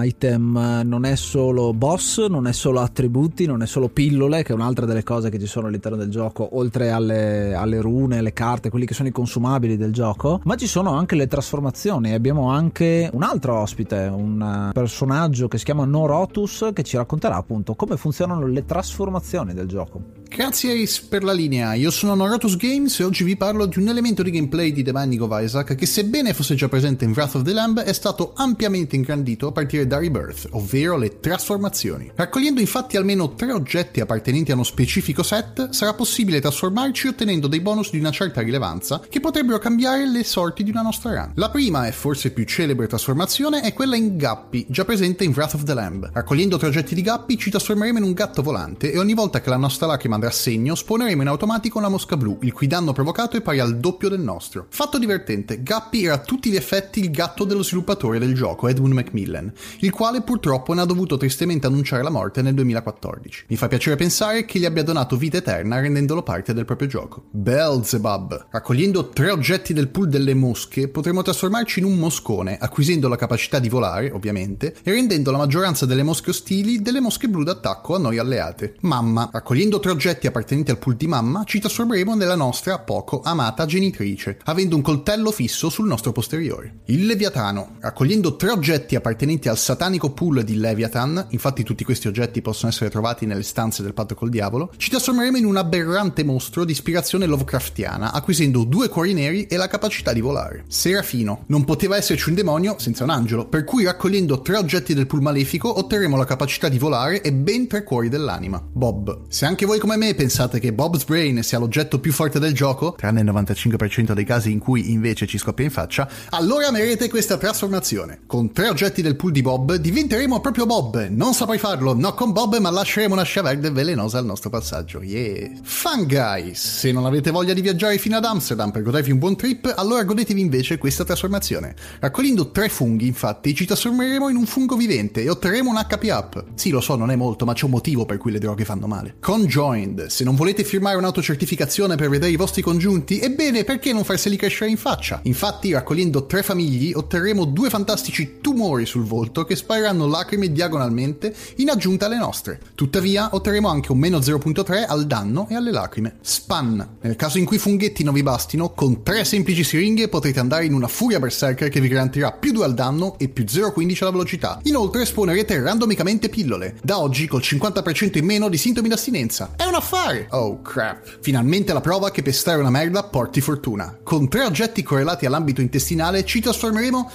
item, non è solo boss, non è solo attributi, non è solo pillole, che è un'altra delle cose che ci sono all'interno del gioco, oltre alle, alle rune, le carte, quelli che sono i consumabili del gioco, ma ci sono anche le trasformazioni. Abbiamo anche un altro ospite, un personaggio che si chiama Norotus, che ci racconterà appunto come funzionano le trasformazioni del gioco. Grazie Ace per la linea, io sono Norotus Games e oggi vi parlo di un elemento di gameplay di The Binding of Isaac che, sebbene fosse già presente in Wrath of the Lamb, è stato ampiamente ingrandito a partire da Rebirth, ovvero le trasformazioni. Raccogliendo infatti almeno tre oggetti appartenenti a uno specifico set, sarà possibile trasformarci ottenendo dei bonus di una certa rilevanza che potrebbero cambiare le sorti di una nostra run. La prima e forse più celebre trasformazione è quella in Guppy, già presente in Wrath of the Lamb. Raccogliendo tre oggetti di Guppy ci trasformeremo in un gatto volante e ogni volta che la nostra lacrima andrà a segno spawneremo in automatico una mosca blu, il cui danno provocato è pari al doppio del nostro. Fatto divertente, Guppy era a tutti gli effetti il gatto dello sviluppatore del gioco, Edmund Macmillan, il quale purtroppo ne ha dovuto tristemente annunciare la morte nel duemilaquattordici. Mi fa piacere pensare che gli abbia donato vita eterna rendendolo parte del proprio gioco. Beelzebub. Raccogliendo tre oggetti del pool delle mosche potremo trasformarci in un moscone, acquisendo la capacità di volare, ovviamente, e rendendo la maggioranza delle mosche ostili delle mosche blu d'attacco a noi alleate. Mamma. Raccogliendo tre oggetti appartenenti al pool di Mamma ci trasformeremo nella nostra poco amata genitrice, avendo un coltello fisso sul nostro posteriore. Il Leviatano. Raccogliendo tre oggetti appartenenti al satanico pool di Leviathan, infatti tutti questi oggetti possono essere trovati nelle stanze del patto col diavolo, ci trasformeremo in un aberrante mostro di ispirazione Lovecraftiana, acquisendo due cuori neri e la capacità di volare. Serafino. Non poteva esserci un demonio senza un angelo, per cui raccogliendo tre oggetti del pool malefico otterremo la capacità di volare e ben tre cuori dell'anima. Bob. Se anche voi come me pensate che Bob's Brain sia l'oggetto più forte del gioco, tranne il novantacinque per cento dei casi in cui invece ci scoppia in faccia, allora amerete questa trasformazione. Con tre oggetti del pool di Bob diventeremo proprio Bob. Non saprei farlo, no con Bob, ma lasceremo una scia verde velenosa al nostro passaggio. Yeah. Fun guys, se non avete voglia di viaggiare fino ad Amsterdam per godervi un buon trip, allora godetevi invece questa trasformazione. Raccogliendo tre funghi, infatti, ci trasformeremo in un fungo vivente e otterremo un H P up. Sì, lo so, non è molto, ma c'è un motivo per cui le droghe fanno male. Conjoined. Se non volete firmare un'autocertificazione per vedere i vostri congiunti, ebbene, perché non farseli crescere in faccia? Infatti, raccogliendo tre famigli, otterremo due fantastici tumori sul volto che spariranno lacrime diagonalmente in aggiunta alle nostre. Tuttavia, otterremo anche un meno zero virgola tre al danno e alle lacrime. Span. Nel caso in cui i funghetti non vi bastino, con tre semplici siringhe potrete andare in una furia berserker che vi garantirà più due al danno e più zero virgola quindici alla velocità. Inoltre, spawnerete randomicamente pillole, da oggi col cinquanta per cento in meno di sintomi d'astinenza. È un affare! Oh crap. Finalmente la prova che pestare una merda porti fortuna. Con tre oggetti correlati all'ambito intestinale ci trasformeremo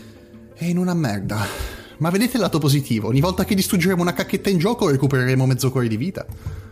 in una merda. Ma vedete il lato positivo, ogni volta che distruggeremo una cacchetta in gioco recupereremo mezzo cuore di vita.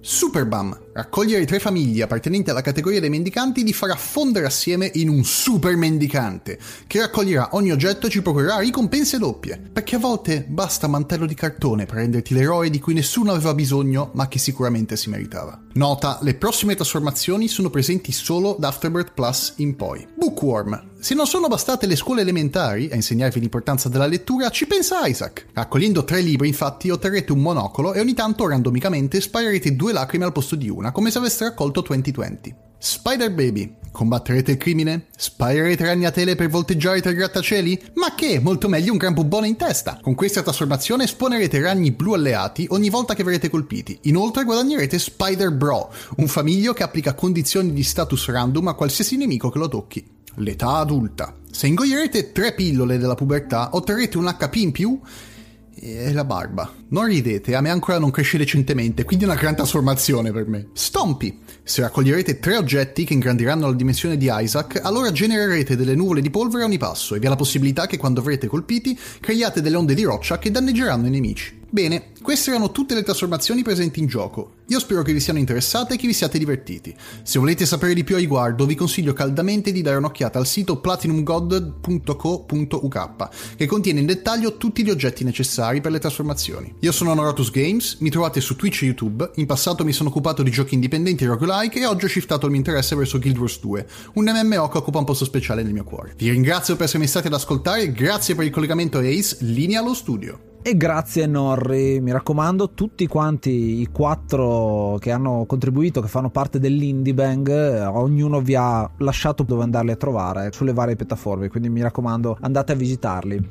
Superbam. Raccogliere tre famiglie appartenenti alla categoria dei mendicanti li farà fondere assieme in un super mendicante, che raccoglierà ogni oggetto e ci procurerà ricompense doppie. Perché a volte basta un mantello di cartone per renderti l'eroe di cui nessuno aveva bisogno, ma che sicuramente si meritava. Nota, le prossime trasformazioni sono presenti solo da Afterbirth Plus in poi. Bookworm. Se non sono bastate le scuole elementari a insegnarvi l'importanza della lettura, ci pensa Isaac. Raccogliendo tre libri, infatti, otterrete un monocolo e ogni tanto, randomicamente, sparerete due lacrime al posto di una, come se aveste raccolto duemilaventi. Spider Baby. Combatterete il crimine? Sparerete ragnatele per volteggiare tra i grattacieli? Ma che, molto meglio un gran bubbone in testa! Con questa trasformazione spawnerete ragni blu alleati ogni volta che verrete colpiti. Inoltre guadagnerete Spider Bro, un famiglio che applica condizioni di status random a qualsiasi nemico che lo tocchi. L'età adulta. Se ingoierete tre pillole della pubertà, otterrete un H P in più e la barba. Non ridete, a me ancora non cresce recentemente, quindi è una gran trasformazione per me. Stompy. Se raccoglierete tre oggetti che ingrandiranno la dimensione di Isaac, allora genererete delle nuvole di polvere a ogni passo e vi è la possibilità che quando avrete colpiti creiate delle onde di roccia che danneggeranno i nemici. Bene, queste erano tutte le trasformazioni presenti in gioco. Io spero che vi siano interessate e che vi siate divertiti. Se volete sapere di più a riguardo, vi consiglio caldamente di dare un'occhiata al sito platinum god punto co punto u k, che contiene in dettaglio tutti gli oggetti necessari per le trasformazioni. Io sono Noratus Games, mi trovate su Twitch e YouTube, in passato mi sono occupato di giochi indipendenti e roguelike e oggi ho shiftato il mio interesse verso Guild Wars due, un M M O che occupa un posto speciale nel mio cuore. Vi ringrazio per essermi stati ad ascoltare, grazie per il collegamento Ace, linea allo studio. E grazie Norri, mi raccomando, tutti quanti i quattro che hanno contribuito, che fanno parte dell'Indie Bang, ognuno vi ha lasciato dove andarli a trovare sulle varie piattaforme, quindi mi raccomando andate a visitarli.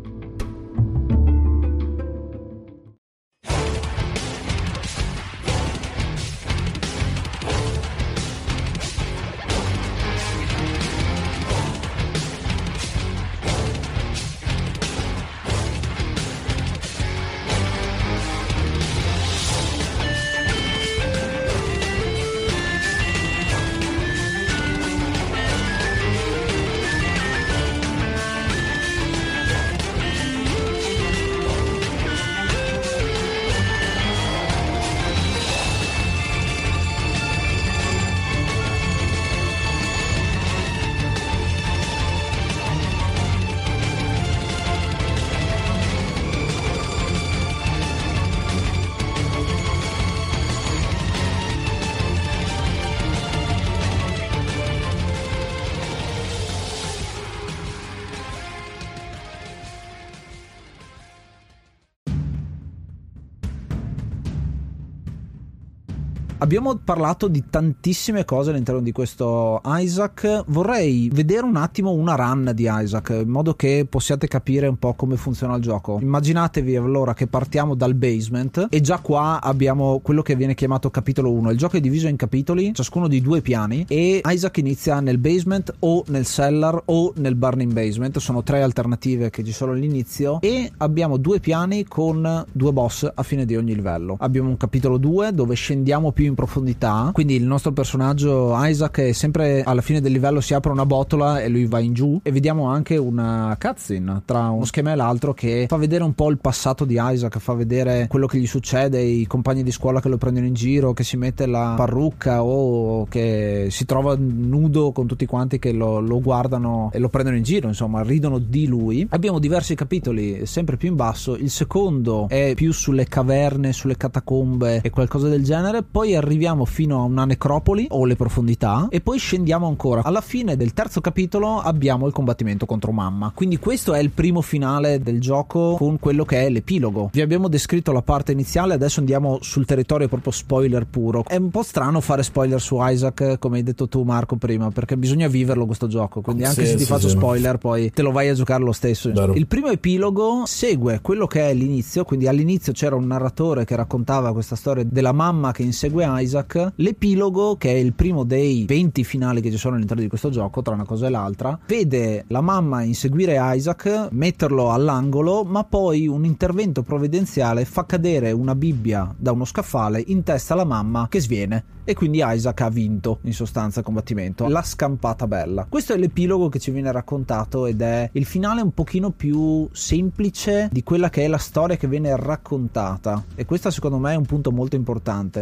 Abbiamo parlato di tantissime cose all'interno di questo Isaac. Vorrei vedere un attimo una run di Isaac, in modo che possiate capire un po' come funziona il gioco. Immaginatevi allora che partiamo dal basement e già qua abbiamo quello che viene chiamato capitolo uno. Il gioco è diviso in capitoli, ciascuno di due piani, e Isaac inizia nel basement o nel cellar o nel burning basement. Sono tre alternative che ci sono all'inizio e abbiamo due piani con due boss a fine di ogni livello. Abbiamo un capitolo due dove scendiamo più in profondità, quindi il nostro personaggio Isaac è sempre alla fine del livello, si apre una botola e lui va in giù, e vediamo anche una cutscene tra uno schema e l'altro che fa vedere un po' il passato di Isaac, fa vedere quello che gli succede, i compagni di scuola che lo prendono in giro, che si mette la parrucca o che si trova nudo con tutti quanti che lo, lo guardano e lo prendono in giro, insomma ridono di lui. Abbiamo diversi capitoli sempre più in basso, il secondo è più sulle caverne, sulle catacombe e qualcosa del genere, poi arriviamo fino a una necropoli o le profondità e poi scendiamo ancora. Alla fine del terzo capitolo abbiamo il combattimento contro Mamma, quindi questo è il primo finale del gioco con quello che è l'epilogo. Vi abbiamo descritto la parte iniziale, adesso andiamo sul territorio proprio spoiler puro. È un po' strano fare spoiler su Isaac, come hai detto tu Marco prima, perché bisogna viverlo questo gioco, quindi anche sì, se ti sì, faccio sì. spoiler poi te lo vai a giocare lo stesso. Vero. Il primo epilogo segue quello che è l'inizio, quindi all'inizio c'era un narratore che raccontava questa storia della mamma che insegue Isaac. L'epilogo, che è il primo dei venti finali che ci sono all'interno di questo gioco, tra una cosa e l'altra, vede la mamma inseguire Isaac, metterlo all'angolo, ma poi un intervento provvidenziale fa cadere una Bibbia da uno scaffale in testa alla mamma, che sviene, e quindi Isaac ha vinto in sostanza il combattimento. La scampata bella. Questo è l'epilogo che ci viene raccontato ed è il finale un pochino più semplice di quella che è la storia che viene raccontata, e questo secondo me è un punto molto importante. Non sappiamo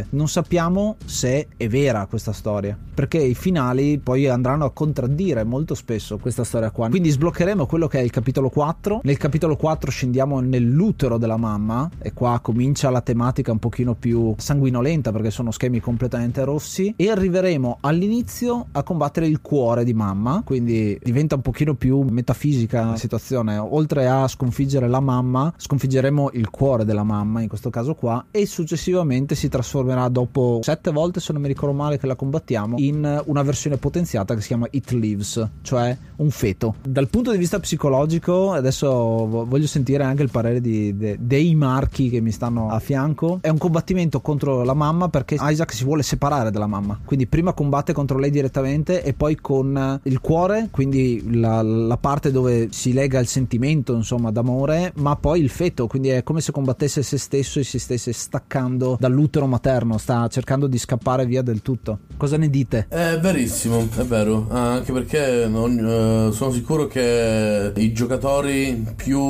sappiamo se è vera questa storia, perché i finali poi andranno a contraddire molto spesso questa storia qua. Quindi sbloccheremo quello che è il capitolo quattro. Nel capitolo quattro scendiamo nell'utero della mamma e qua comincia la tematica un pochino più sanguinolenta, perché sono schemi completamente rossi, e arriveremo all'inizio a combattere il cuore di mamma, quindi diventa un pochino più metafisica la situazione. Oltre a sconfiggere la mamma, sconfiggeremo il cuore della mamma in questo caso qua, e successivamente si trasformerà, dopo sette volte se non mi ricordo male che la combattiamo, in una versione potenziata che si chiama It Lives, cioè un feto. Dal punto di vista psicologico, adesso voglio sentire anche il parere di, de, dei marchi che mi stanno a fianco. È un combattimento contro la mamma perché Isaac si vuole separare dalla mamma, quindi prima combatte contro lei direttamente e poi con il cuore, quindi la, la parte dove si lega il sentimento, insomma, d'amore, ma poi il feto, quindi è come se combattesse se stesso e si stesse staccando dall'utero materno, sta cercando di scappare via del tutto. Cosa ne dite? È verissimo, è vero, anche perché non, eh, sono sicuro che i giocatori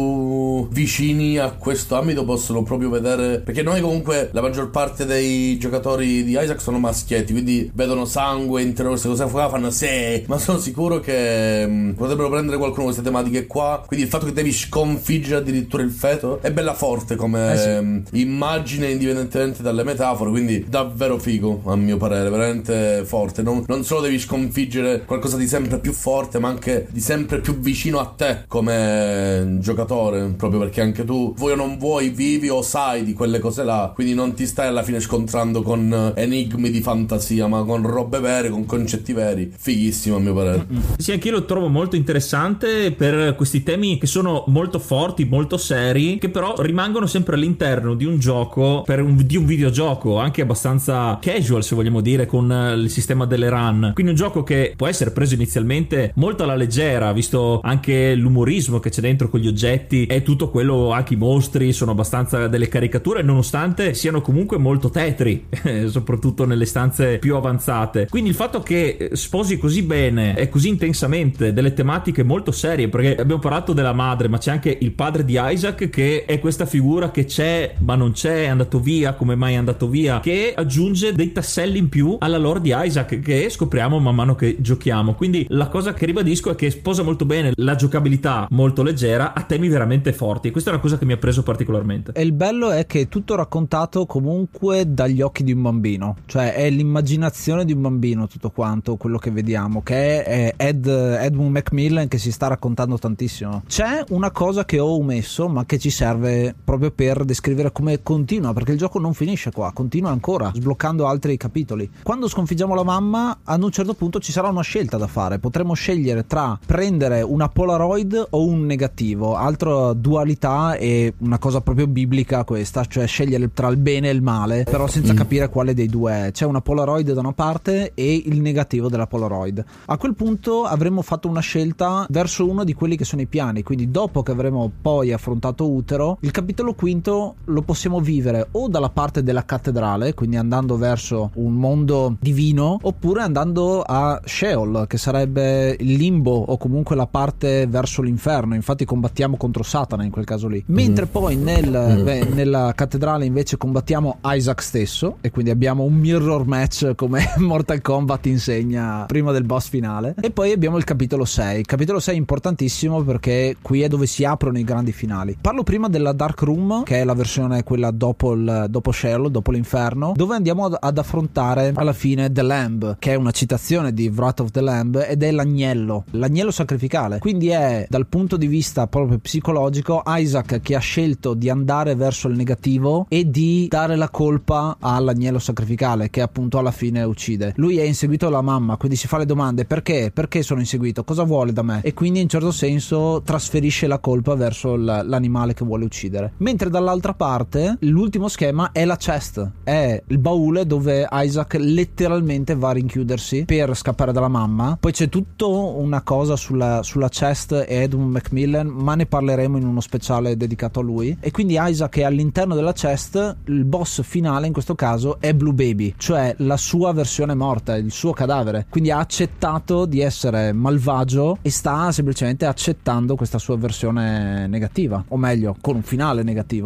più vicini a questo ambito possono proprio vedere, perché noi comunque la maggior parte dei giocatori di Isaac sono maschietti, quindi vedono sangue, intero, queste cose qua, fanno sì, ma sono sicuro che mh, potrebbero prendere qualcuno queste tematiche qua, quindi il fatto che devi sconfiggere addirittura il feto è bella forte come eh sì. mh, immagine, indipendentemente dalle metafore, quindi davvero figo a mio parere, veramente forte. Non, non solo devi sconfiggere qualcosa di sempre più forte, ma anche di sempre più vicino a te come giocatore, proprio perché anche tu, vuoi o non vuoi, vivi o sai di quelle cose là, quindi non ti stai alla fine scontrando con enigmi di fantasia, ma con robe vere, con concetti veri. Fighissimo a mio parere. Sì, anch'io lo trovo molto interessante per questi temi che sono molto forti, molto seri, che però rimangono sempre all'interno di un gioco, per un, di un videogioco anche abbastanza casual, se vogliamo dire, con il sistema delle run. Quindi un gioco che può essere preso inizialmente molto alla leggera, visto anche l'umorismo che c'è dentro con gli oggetti e tutto quello, anche i mostri sono abbastanza delle caricature, nonostante siano comunque molto tetri, soprattutto nelle stanze più avanzate. Quindi il fatto che sposi così bene e così intensamente delle tematiche molto serie, perché abbiamo parlato della madre, ma c'è anche il padre di Isaac, che è questa figura che c'è ma non c'è, è andato via, come mai è andato via, che aggiunge dei tasselli in più alla lore di Isaac che scopriamo man mano che giochiamo. Quindi la cosa che ribadisco è che sposa molto bene la giocabilità molto leggera a temi veramente forti, e questa è una cosa che mi ha preso particolarmente. E il bello è che è tutto raccontato comunque dagli occhi di un bambino, cioè è l'immaginazione di un bambino tutto quanto quello che vediamo, che è Ed, Edmund Macmillan, che si sta raccontando tantissimo. C'è una cosa che ho omesso ma che ci serve proprio per descrivere come continua, perché il gioco non finisce qua, continua ancora sbloccando altri capitoli. Quando sconfiggiamo la mamma, ad un certo punto ci sarà una scelta da fare, potremo scegliere tra prendere una Polaroid o un negativo, altra dualità e una cosa proprio biblica questa, cioè scegliere tra il bene e il male, però senza capire quale dei due è. C'è una Polaroid da una parte e il negativo della Polaroid. A quel punto avremo fatto una scelta verso uno di quelli che sono i piani, quindi dopo che avremo poi affrontato Utero, il capitolo quinto lo possiamo vivere o dalla parte della cattedrale, quindi andando verso un mondo divino, oppure andando a Sheol, che sarebbe il limbo o comunque la parte verso l'inferno. Infatti combattiamo contro Satana in quel caso lì, mentre mm. poi nel, mm. beh, nella cattedrale invece combattiamo Isaac stesso, e quindi abbiamo un mirror match come Mortal Kombat insegna prima del boss finale. E poi abbiamo il capitolo sei. Il capitolo sei è importantissimo perché qui è dove si aprono i grandi finali. Parlo prima della Dark Room, che è la versione quella dopo il dopo Sheol, dopo l'inferno, dove andiamo ad, ad affrontare alla fine The Lamb, che è una citazione di Wrath of the Lamb, ed è l'agnello l'agnello sacrificale. Quindi è, dal punto di vista proprio psicologico, Isaac che ha scelto di andare verso il negativo e di dare la colpa all'agnello sacrificale, che appunto alla fine uccide. Lui è inseguito dalla mamma, quindi si fa le domande: perché? Perché sono inseguito? Cosa vuole da me? E quindi in certo senso trasferisce la colpa verso l'animale che vuole uccidere. Mentre dall'altra parte l'ultimo schema è la chest, è il baule dove Isaac letteralmente va a rinchiudersi per scappare dalla mamma. Poi c'è tutto una cosa sulla, sulla chest e Edmund Macmillan, ma ne parleremo in uno speciale dedicato a lui. E quindi Isaac è all'interno della chest, il boss finale in questo caso è Blue Baby, cioè la sua versione morta, il suo cadavere. Quindi ha accettato di essere malvagio e sta semplicemente accettando questa sua versione negativa, o meglio con un finale negativo.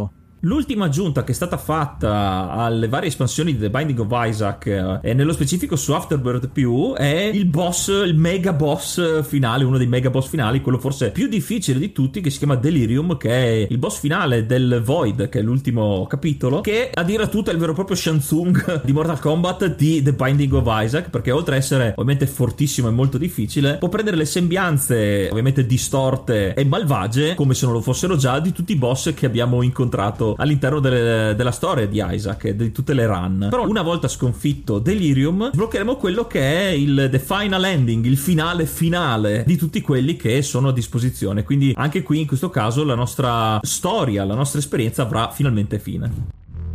L'ultima aggiunta che è stata fatta alle varie espansioni di The Binding of Isaac eh, e nello specifico su Afterbirth più è il boss, il mega boss finale, uno dei mega boss finali, quello forse più difficile di tutti, che si chiama Delirium, che è il boss finale del Void, che è l'ultimo capitolo, che a dire tutto è il vero e proprio Shang Tsung di Mortal Kombat di The Binding of Isaac, perché oltre a essere ovviamente fortissimo e molto difficile, può prendere le sembianze ovviamente distorte e malvagie, come se non lo fossero già, di tutti i boss che abbiamo incontrato all'interno delle, della storia di Isaac e di tutte le run. Però una volta sconfitto Delirium sbloccheremo quello che è il The Final Ending, il finale finale di tutti quelli che sono a disposizione. Quindi anche qui in questo caso la nostra storia, la nostra esperienza avrà finalmente fine.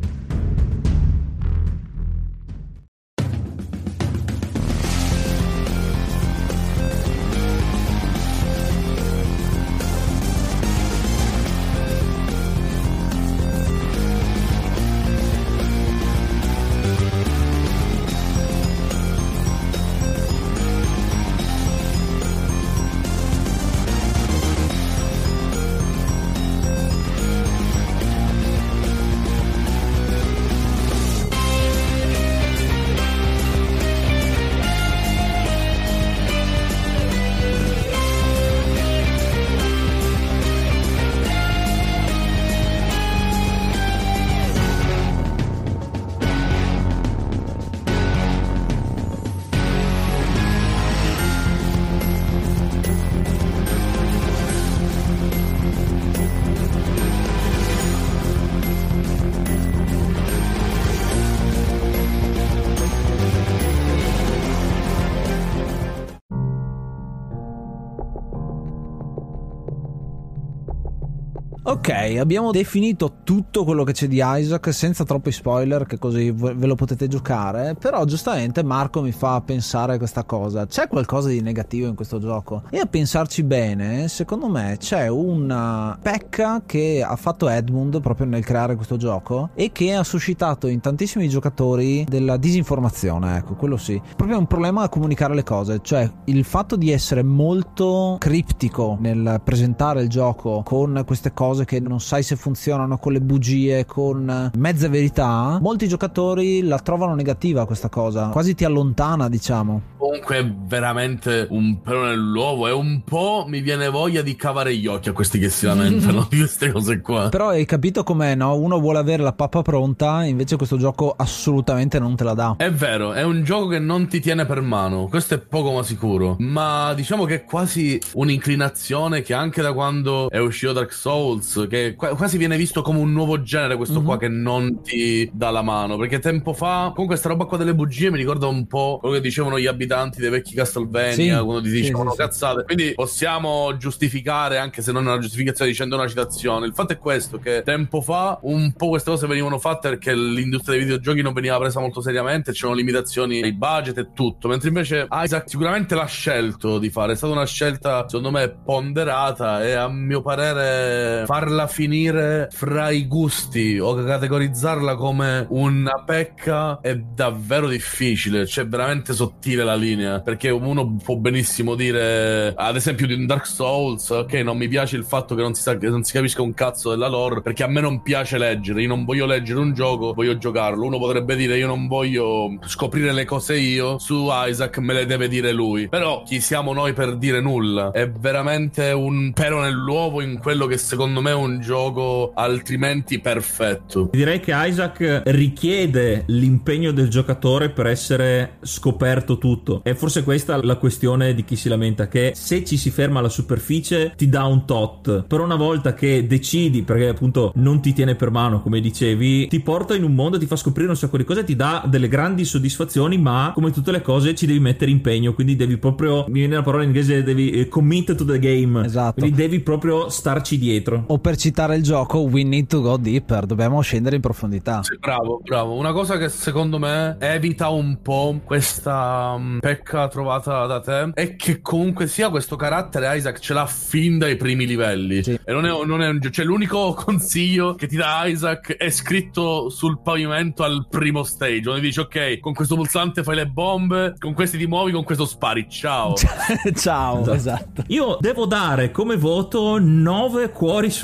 Ok, abbiamo definito tutto quello che c'è di Isaac senza troppi spoiler, che così ve lo potete giocare. Però giustamente Marco mi fa pensare questa cosa: c'è qualcosa di negativo in questo gioco? E a pensarci bene, secondo me c'è una pecca che ha fatto Edmund proprio nel creare questo gioco e che ha suscitato in tantissimi giocatori della disinformazione. Ecco, quello sì, proprio un problema a comunicare le cose, cioè il fatto di essere molto criptico nel presentare il gioco con queste cose che non sai se funzionano, con le bugie, con mezza verità. Molti giocatori la trovano negativa questa cosa, quasi ti allontana, diciamo. Comunque è veramente un pelo nell'uovo e un po' mi viene voglia di cavare gli occhi a questi che si lamentano di queste cose qua. Però hai capito com'è, no? Uno vuole avere la pappa pronta, invece questo gioco assolutamente non te la dà. È vero, è un gioco che non ti tiene per mano, questo è poco ma sicuro. Ma diciamo che è quasi un'inclinazione che anche da quando è uscito Dark Souls, che quasi viene visto come un nuovo genere questo mm-hmm. qua che non ti dà la mano, perché tempo fa comunque sta roba qua delle bugie mi ricorda un po' quello che dicevano gli abitanti dei vecchi Castlevania, sì, quando ti dicevano sì, sì, cazzate, quindi possiamo giustificare, anche se non è una giustificazione dicendo una citazione. Il fatto è questo, che tempo fa un po' queste cose venivano fatte perché l'industria dei videogiochi non veniva presa molto seriamente, c'erano limitazioni nei budget e tutto, mentre invece Isaac sicuramente l'ha scelto di fare, è stata una scelta secondo me ponderata e a mio parere farla finire fra i gusti o categorizzarla come una pecca è davvero difficile, c'è veramente sottile la linea, perché uno può benissimo dire, ad esempio di un Dark Souls, ok, non mi piace il fatto che non si, sa, che non si capisca un cazzo della lore, perché a me non piace leggere, io non voglio leggere un gioco, voglio giocarlo. Uno potrebbe dire io non voglio scoprire le cose io, su Isaac me le deve dire lui, però chi siamo noi per dire nulla? È veramente un pelo nell'uovo in quello che secondo me è un gioco altrimenti perfetto. Direi che Isaac richiede l'impegno del giocatore per essere scoperto tutto, e forse questa è la questione di chi si lamenta, che se ci si ferma alla superficie ti dà un tot, però una volta che decidi, perché appunto non ti tiene per mano come dicevi, ti porta in un mondo, ti fa scoprire un sacco di cose, ti dà delle grandi soddisfazioni, ma come tutte le cose ci devi mettere impegno, quindi devi proprio, mi viene la parola in inglese, devi eh, commit to the game, esatto, quindi devi proprio starci dietro. O per citare il gioco, we need to go deeper, dobbiamo scendere in profondità. Sì, bravo, bravo. Una cosa che secondo me evita un po' questa um, pecca trovata da te è che comunque sia questo carattere Isaac ce l'ha fin dai primi livelli, sì. E non è, non è un cioè l'unico consiglio che ti dà Isaac è scritto sul pavimento al primo stage, dove dici ok, con questo pulsante fai le bombe, con questi ti muovi, con questo spari, ciao. Ciao, esatto. esatto. Io devo dare come voto nove cuori su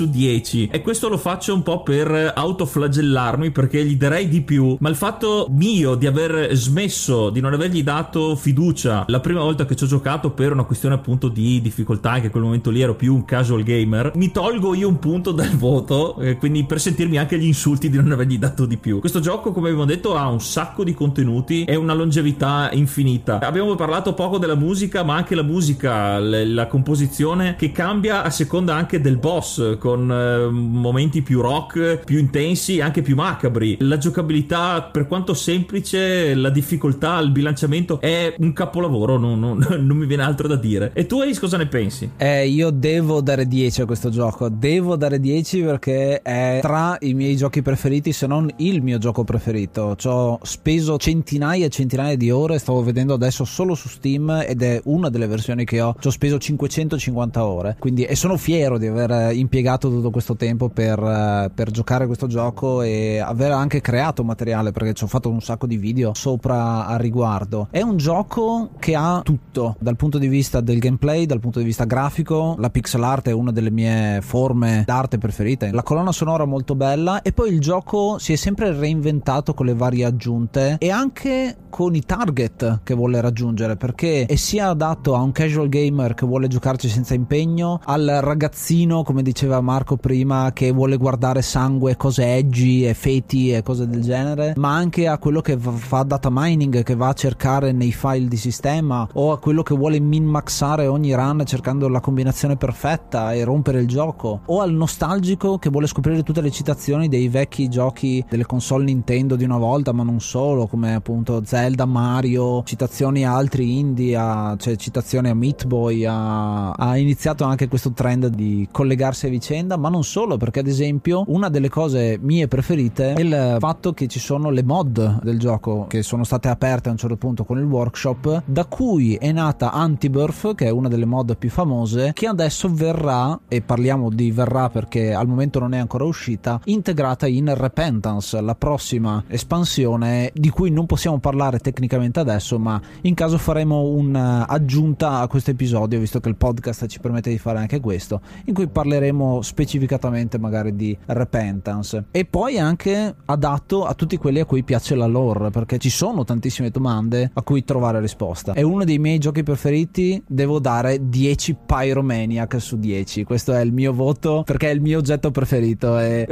su dieci, e questo lo faccio un po' per autoflagellarmi, perché gli darei di più, ma il fatto mio di aver smesso, di non avergli dato fiducia la prima volta che ci ho giocato per una questione appunto di difficoltà, che in quel momento lì ero più un casual gamer, mi tolgo io un punto dal voto, eh, quindi per sentirmi anche gli insulti di non avergli dato di più. Questo gioco, come abbiamo detto, ha un sacco di contenuti e una longevità infinita. Abbiamo parlato poco della musica, ma anche la musica, l- la composizione che cambia a seconda anche del boss, con eh, momenti più rock, più intensi e anche più macabri. La giocabilità, per quanto semplice, la difficoltà, il bilanciamento è un capolavoro, non, non, non mi viene altro da dire. E tu, Ace, cosa ne pensi? Eh, io devo dare dieci a questo gioco, devo dare dieci perché è tra i miei giochi preferiti, se non il mio gioco preferito. Ci ho speso centinaia e centinaia di ore, stavo vedendo adesso solo su Steam, ed è una delle versioni che ho. Ci ho speso cinquecentocinquanta ore, quindi, e sono fiero di aver impiegato tutto questo tempo per, per giocare questo gioco e aver anche creato materiale, perché ci ho fatto un sacco di video sopra a riguardo. È un gioco che ha tutto dal punto di vista del gameplay, dal punto di vista grafico. La pixel art è una delle mie forme d'arte preferite, la colonna sonora molto bella, e poi il gioco si è sempre reinventato con le varie aggiunte e anche con i target che vuole raggiungere, perché è sia adatto a un casual gamer che vuole giocarci senza impegno, al ragazzino, come diceva Marco prima, che vuole guardare sangue, cose edgy e feti e cose del genere, ma anche a quello che fa data mining, che va a cercare nei file di sistema, o a quello che vuole min-maxare ogni run cercando la combinazione perfetta e rompere il gioco, o al nostalgico che vuole scoprire tutte le citazioni dei vecchi giochi delle console Nintendo di una volta, ma non solo, come appunto Zelda, Mario, citazioni a altri indie, a, cioè citazioni a Meat Boy. Ha, ha iniziato anche questo trend di collegarsi a vicenda, ma non solo, perché ad esempio una delle cose mie preferite è il fatto che ci sono le mod del gioco che sono state aperte a un certo punto con il workshop, da cui è nata Antibirth, che è una delle mod più famose, che adesso verrà, e parliamo di verrà perché al momento non è ancora uscita, integrata in Repentance, la prossima espansione di cui non possiamo parlare tecnicamente adesso, ma in caso faremo un'aggiunta a questo episodio, visto che il podcast ci permette di fare anche questo, in cui parleremo specificatamente magari di Repentance. E poi anche adatto a tutti quelli a cui piace la lore, perché ci sono tantissime domande a cui trovare risposta. È uno dei miei giochi preferiti, devo dare dieci Pyromaniac su dieci. Questo è il mio voto, perché è il mio oggetto preferito e...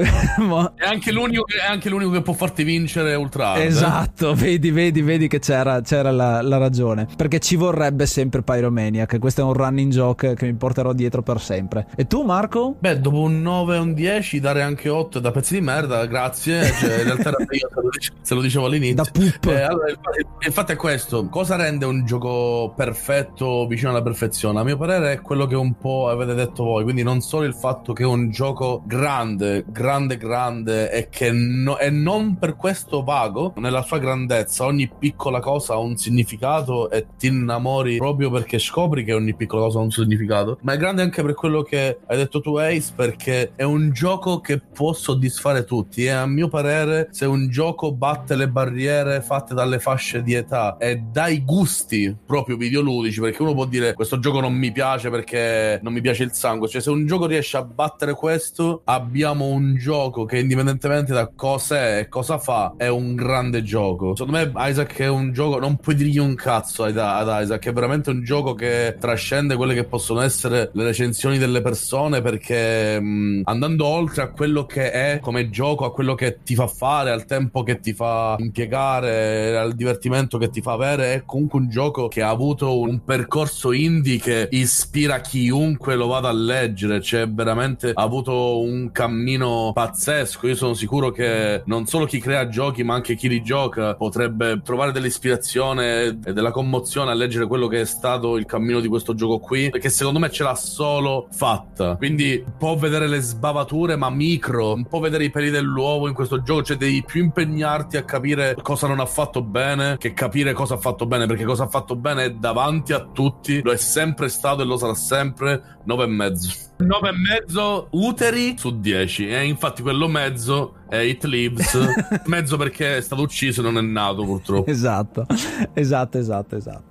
è anche l'unico che, è anche l'unico che può farti vincere Ultra Hard. Esatto, eh? vedi vedi vedi che c'era, c'era la, la ragione, perché ci vorrebbe sempre Pyromaniac. Questo è un running joke che mi porterò dietro per sempre. E tu, Marco? Beh, dopo un nove e un dieci dare anche otto da pezzi di merda, grazie. Cioè, in realtà io se lo dicevo all'inizio da poop. Eh, allora, il, il fatto è questo: cosa rende un gioco perfetto, vicino alla perfezione? A mio parere è quello che un po' avete detto voi, quindi non solo il fatto che è un gioco grande, grande, grande, e che no, e non per questo vago nella sua grandezza. Ogni piccola cosa ha un significato e ti innamori proprio perché scopri che ogni piccola cosa ha un significato. Ma è grande anche per quello che hai detto tu, Ace, perché è un gioco che può soddisfare tutti, e a mio parere se un gioco batte le barriere fatte dalle fasce di età e dai gusti proprio videoludici, perché uno può dire questo gioco non mi piace perché non mi piace il sangue, cioè se un gioco riesce a battere questo, abbiamo un gioco che indipendentemente da cos'è e cosa fa è un grande gioco. Secondo me Isaac è un gioco, non puoi dirgli un cazzo ad, ad Isaac, è veramente un gioco che trascende quelle che possono essere le recensioni delle persone, perché mh, andando oltre a quello che è come gioco, a quello che ti fa fare, al tempo che ti fa impiegare, al divertimento che ti fa avere, è comunque un gioco che ha avuto un percorso indie che ispira chiunque lo vada a leggere, cioè veramente ha avuto un cammino pazzesco. Io sono sicuro che non solo chi crea giochi ma anche chi li gioca potrebbe trovare dell'ispirazione e della commozione a leggere quello che è stato il cammino di questo gioco qui, perché secondo me ce l'ha solo fatta. Quindi può vedere le sbavature ma micro, un po' vedere i peli dell'uovo in questo gioco, cioè devi più impegnarti a capire cosa non ha fatto bene che capire cosa ha fatto bene, perché cosa ha fatto bene è davanti a tutti, lo è sempre stato e lo sarà sempre. Nove e mezzo nove e mezzo uteri su dieci, e infatti quello mezzo è It Lives. Mezzo perché è stato ucciso e non è nato, purtroppo. Esatto, esatto, esatto, esatto.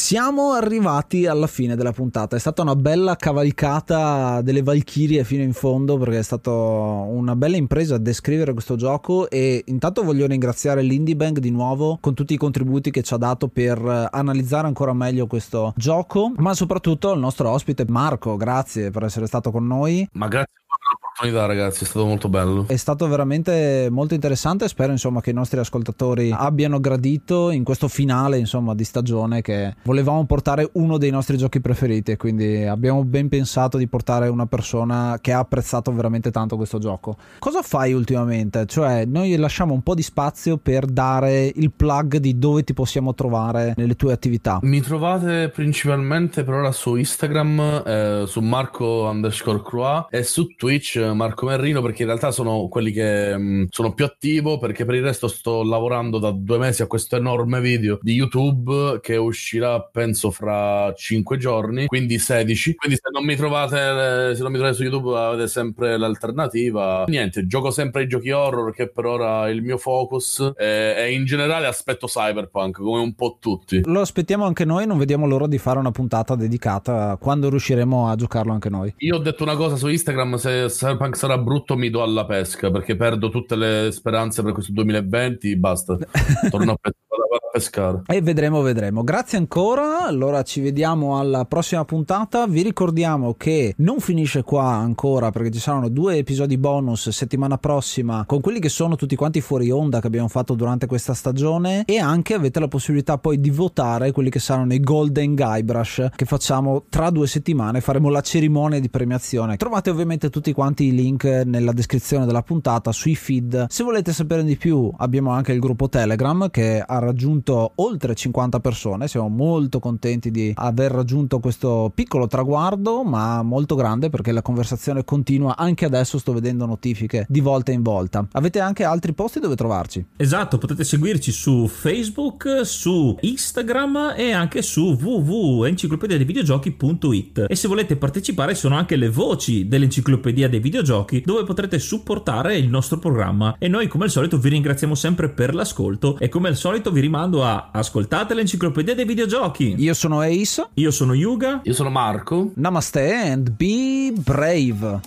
Siamo arrivati alla fine della puntata, è stata una bella cavalcata delle Valchirie fino in fondo, perché è stata una bella impresa a descrivere questo gioco. E intanto voglio ringraziare l'Indie Bank di nuovo con tutti i contributi che ci ha dato per analizzare ancora meglio questo gioco, ma soprattutto il nostro ospite Marco, grazie per essere stato con noi. Ma grazie per l'opportunità, ragazzi, è stato molto bello. È stato veramente molto interessante, spero insomma che i nostri ascoltatori abbiano gradito in questo finale insomma di stagione, che volevamo portare uno dei nostri giochi preferiti, e quindi abbiamo ben pensato di portare una persona che ha apprezzato veramente tanto questo gioco. Cosa fai ultimamente? Cioè, noi lasciamo un po' di spazio per dare il plug di dove ti possiamo trovare nelle tue attività. Mi trovate principalmente per ora su Instagram, eh, su Marco underscore Croix, e su Twitch Marco Merrino, perché in realtà sono quelli che mh, sono più attivo, perché per il resto sto lavorando da due mesi a questo enorme video di YouTube che uscirà penso fra cinque giorni, quindi sedici. Quindi se non mi trovate se non mi trovate su YouTube avete sempre l'alternativa. Niente, gioco sempre ai giochi horror, che per ora è il mio focus, e, e in generale aspetto Cyberpunk come un po' tutti. Lo aspettiamo anche noi, non vediamo l'ora di fare una puntata dedicata quando riusciremo a giocarlo anche noi. Io ho detto una cosa su Instagram: se Cyberpunk sarà brutto mi do alla pesca, perché perdo tutte le speranze per questo duemilaventi, basta, torno a, pe- a pescare. E vedremo, vedremo. Grazie ancora, allora ci vediamo alla prossima puntata. Vi ricordiamo che non finisce qua ancora, perché ci saranno due episodi bonus settimana prossima con quelli che sono tutti quanti fuori onda che abbiamo fatto durante questa stagione, e anche avete la possibilità poi di votare quelli che saranno i Golden Guybrush che facciamo tra due settimane. Faremo la cerimonia di premiazione. Trovate ovviamente tutti quanti i link nella descrizione della puntata, sui feed. Se volete sapere di più abbiamo anche il gruppo Telegram che ha raggiunto oltre cinquanta persone. Siamo molto contenti di aver raggiunto questo piccolo traguardo, ma molto grande, perché la conversazione continua. Anche adesso sto vedendo notifiche di volta in volta. Avete anche altri posti dove trovarci? Esatto, potete seguirci su Facebook, su Instagram e anche su w w w punto enciclopedia dei videogiochi punto it. E se volete partecipare sono anche le voci dell'Enciclopedia dei Videogiochi, dove potrete supportare il nostro programma. E noi come al solito vi ringraziamo sempre per l'ascolto, e come al solito vi rimando a ascoltate l'Enciclopedia dei Videogiochi. Io sono Ace. Io sono Yuga. Io sono Marco. Namaste and be brave.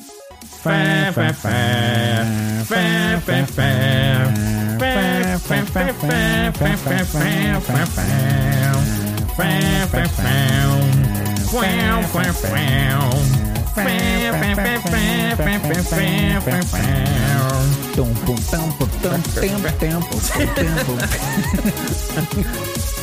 Fa, fa, fa, fa, fa, fa, fa, fa, fa,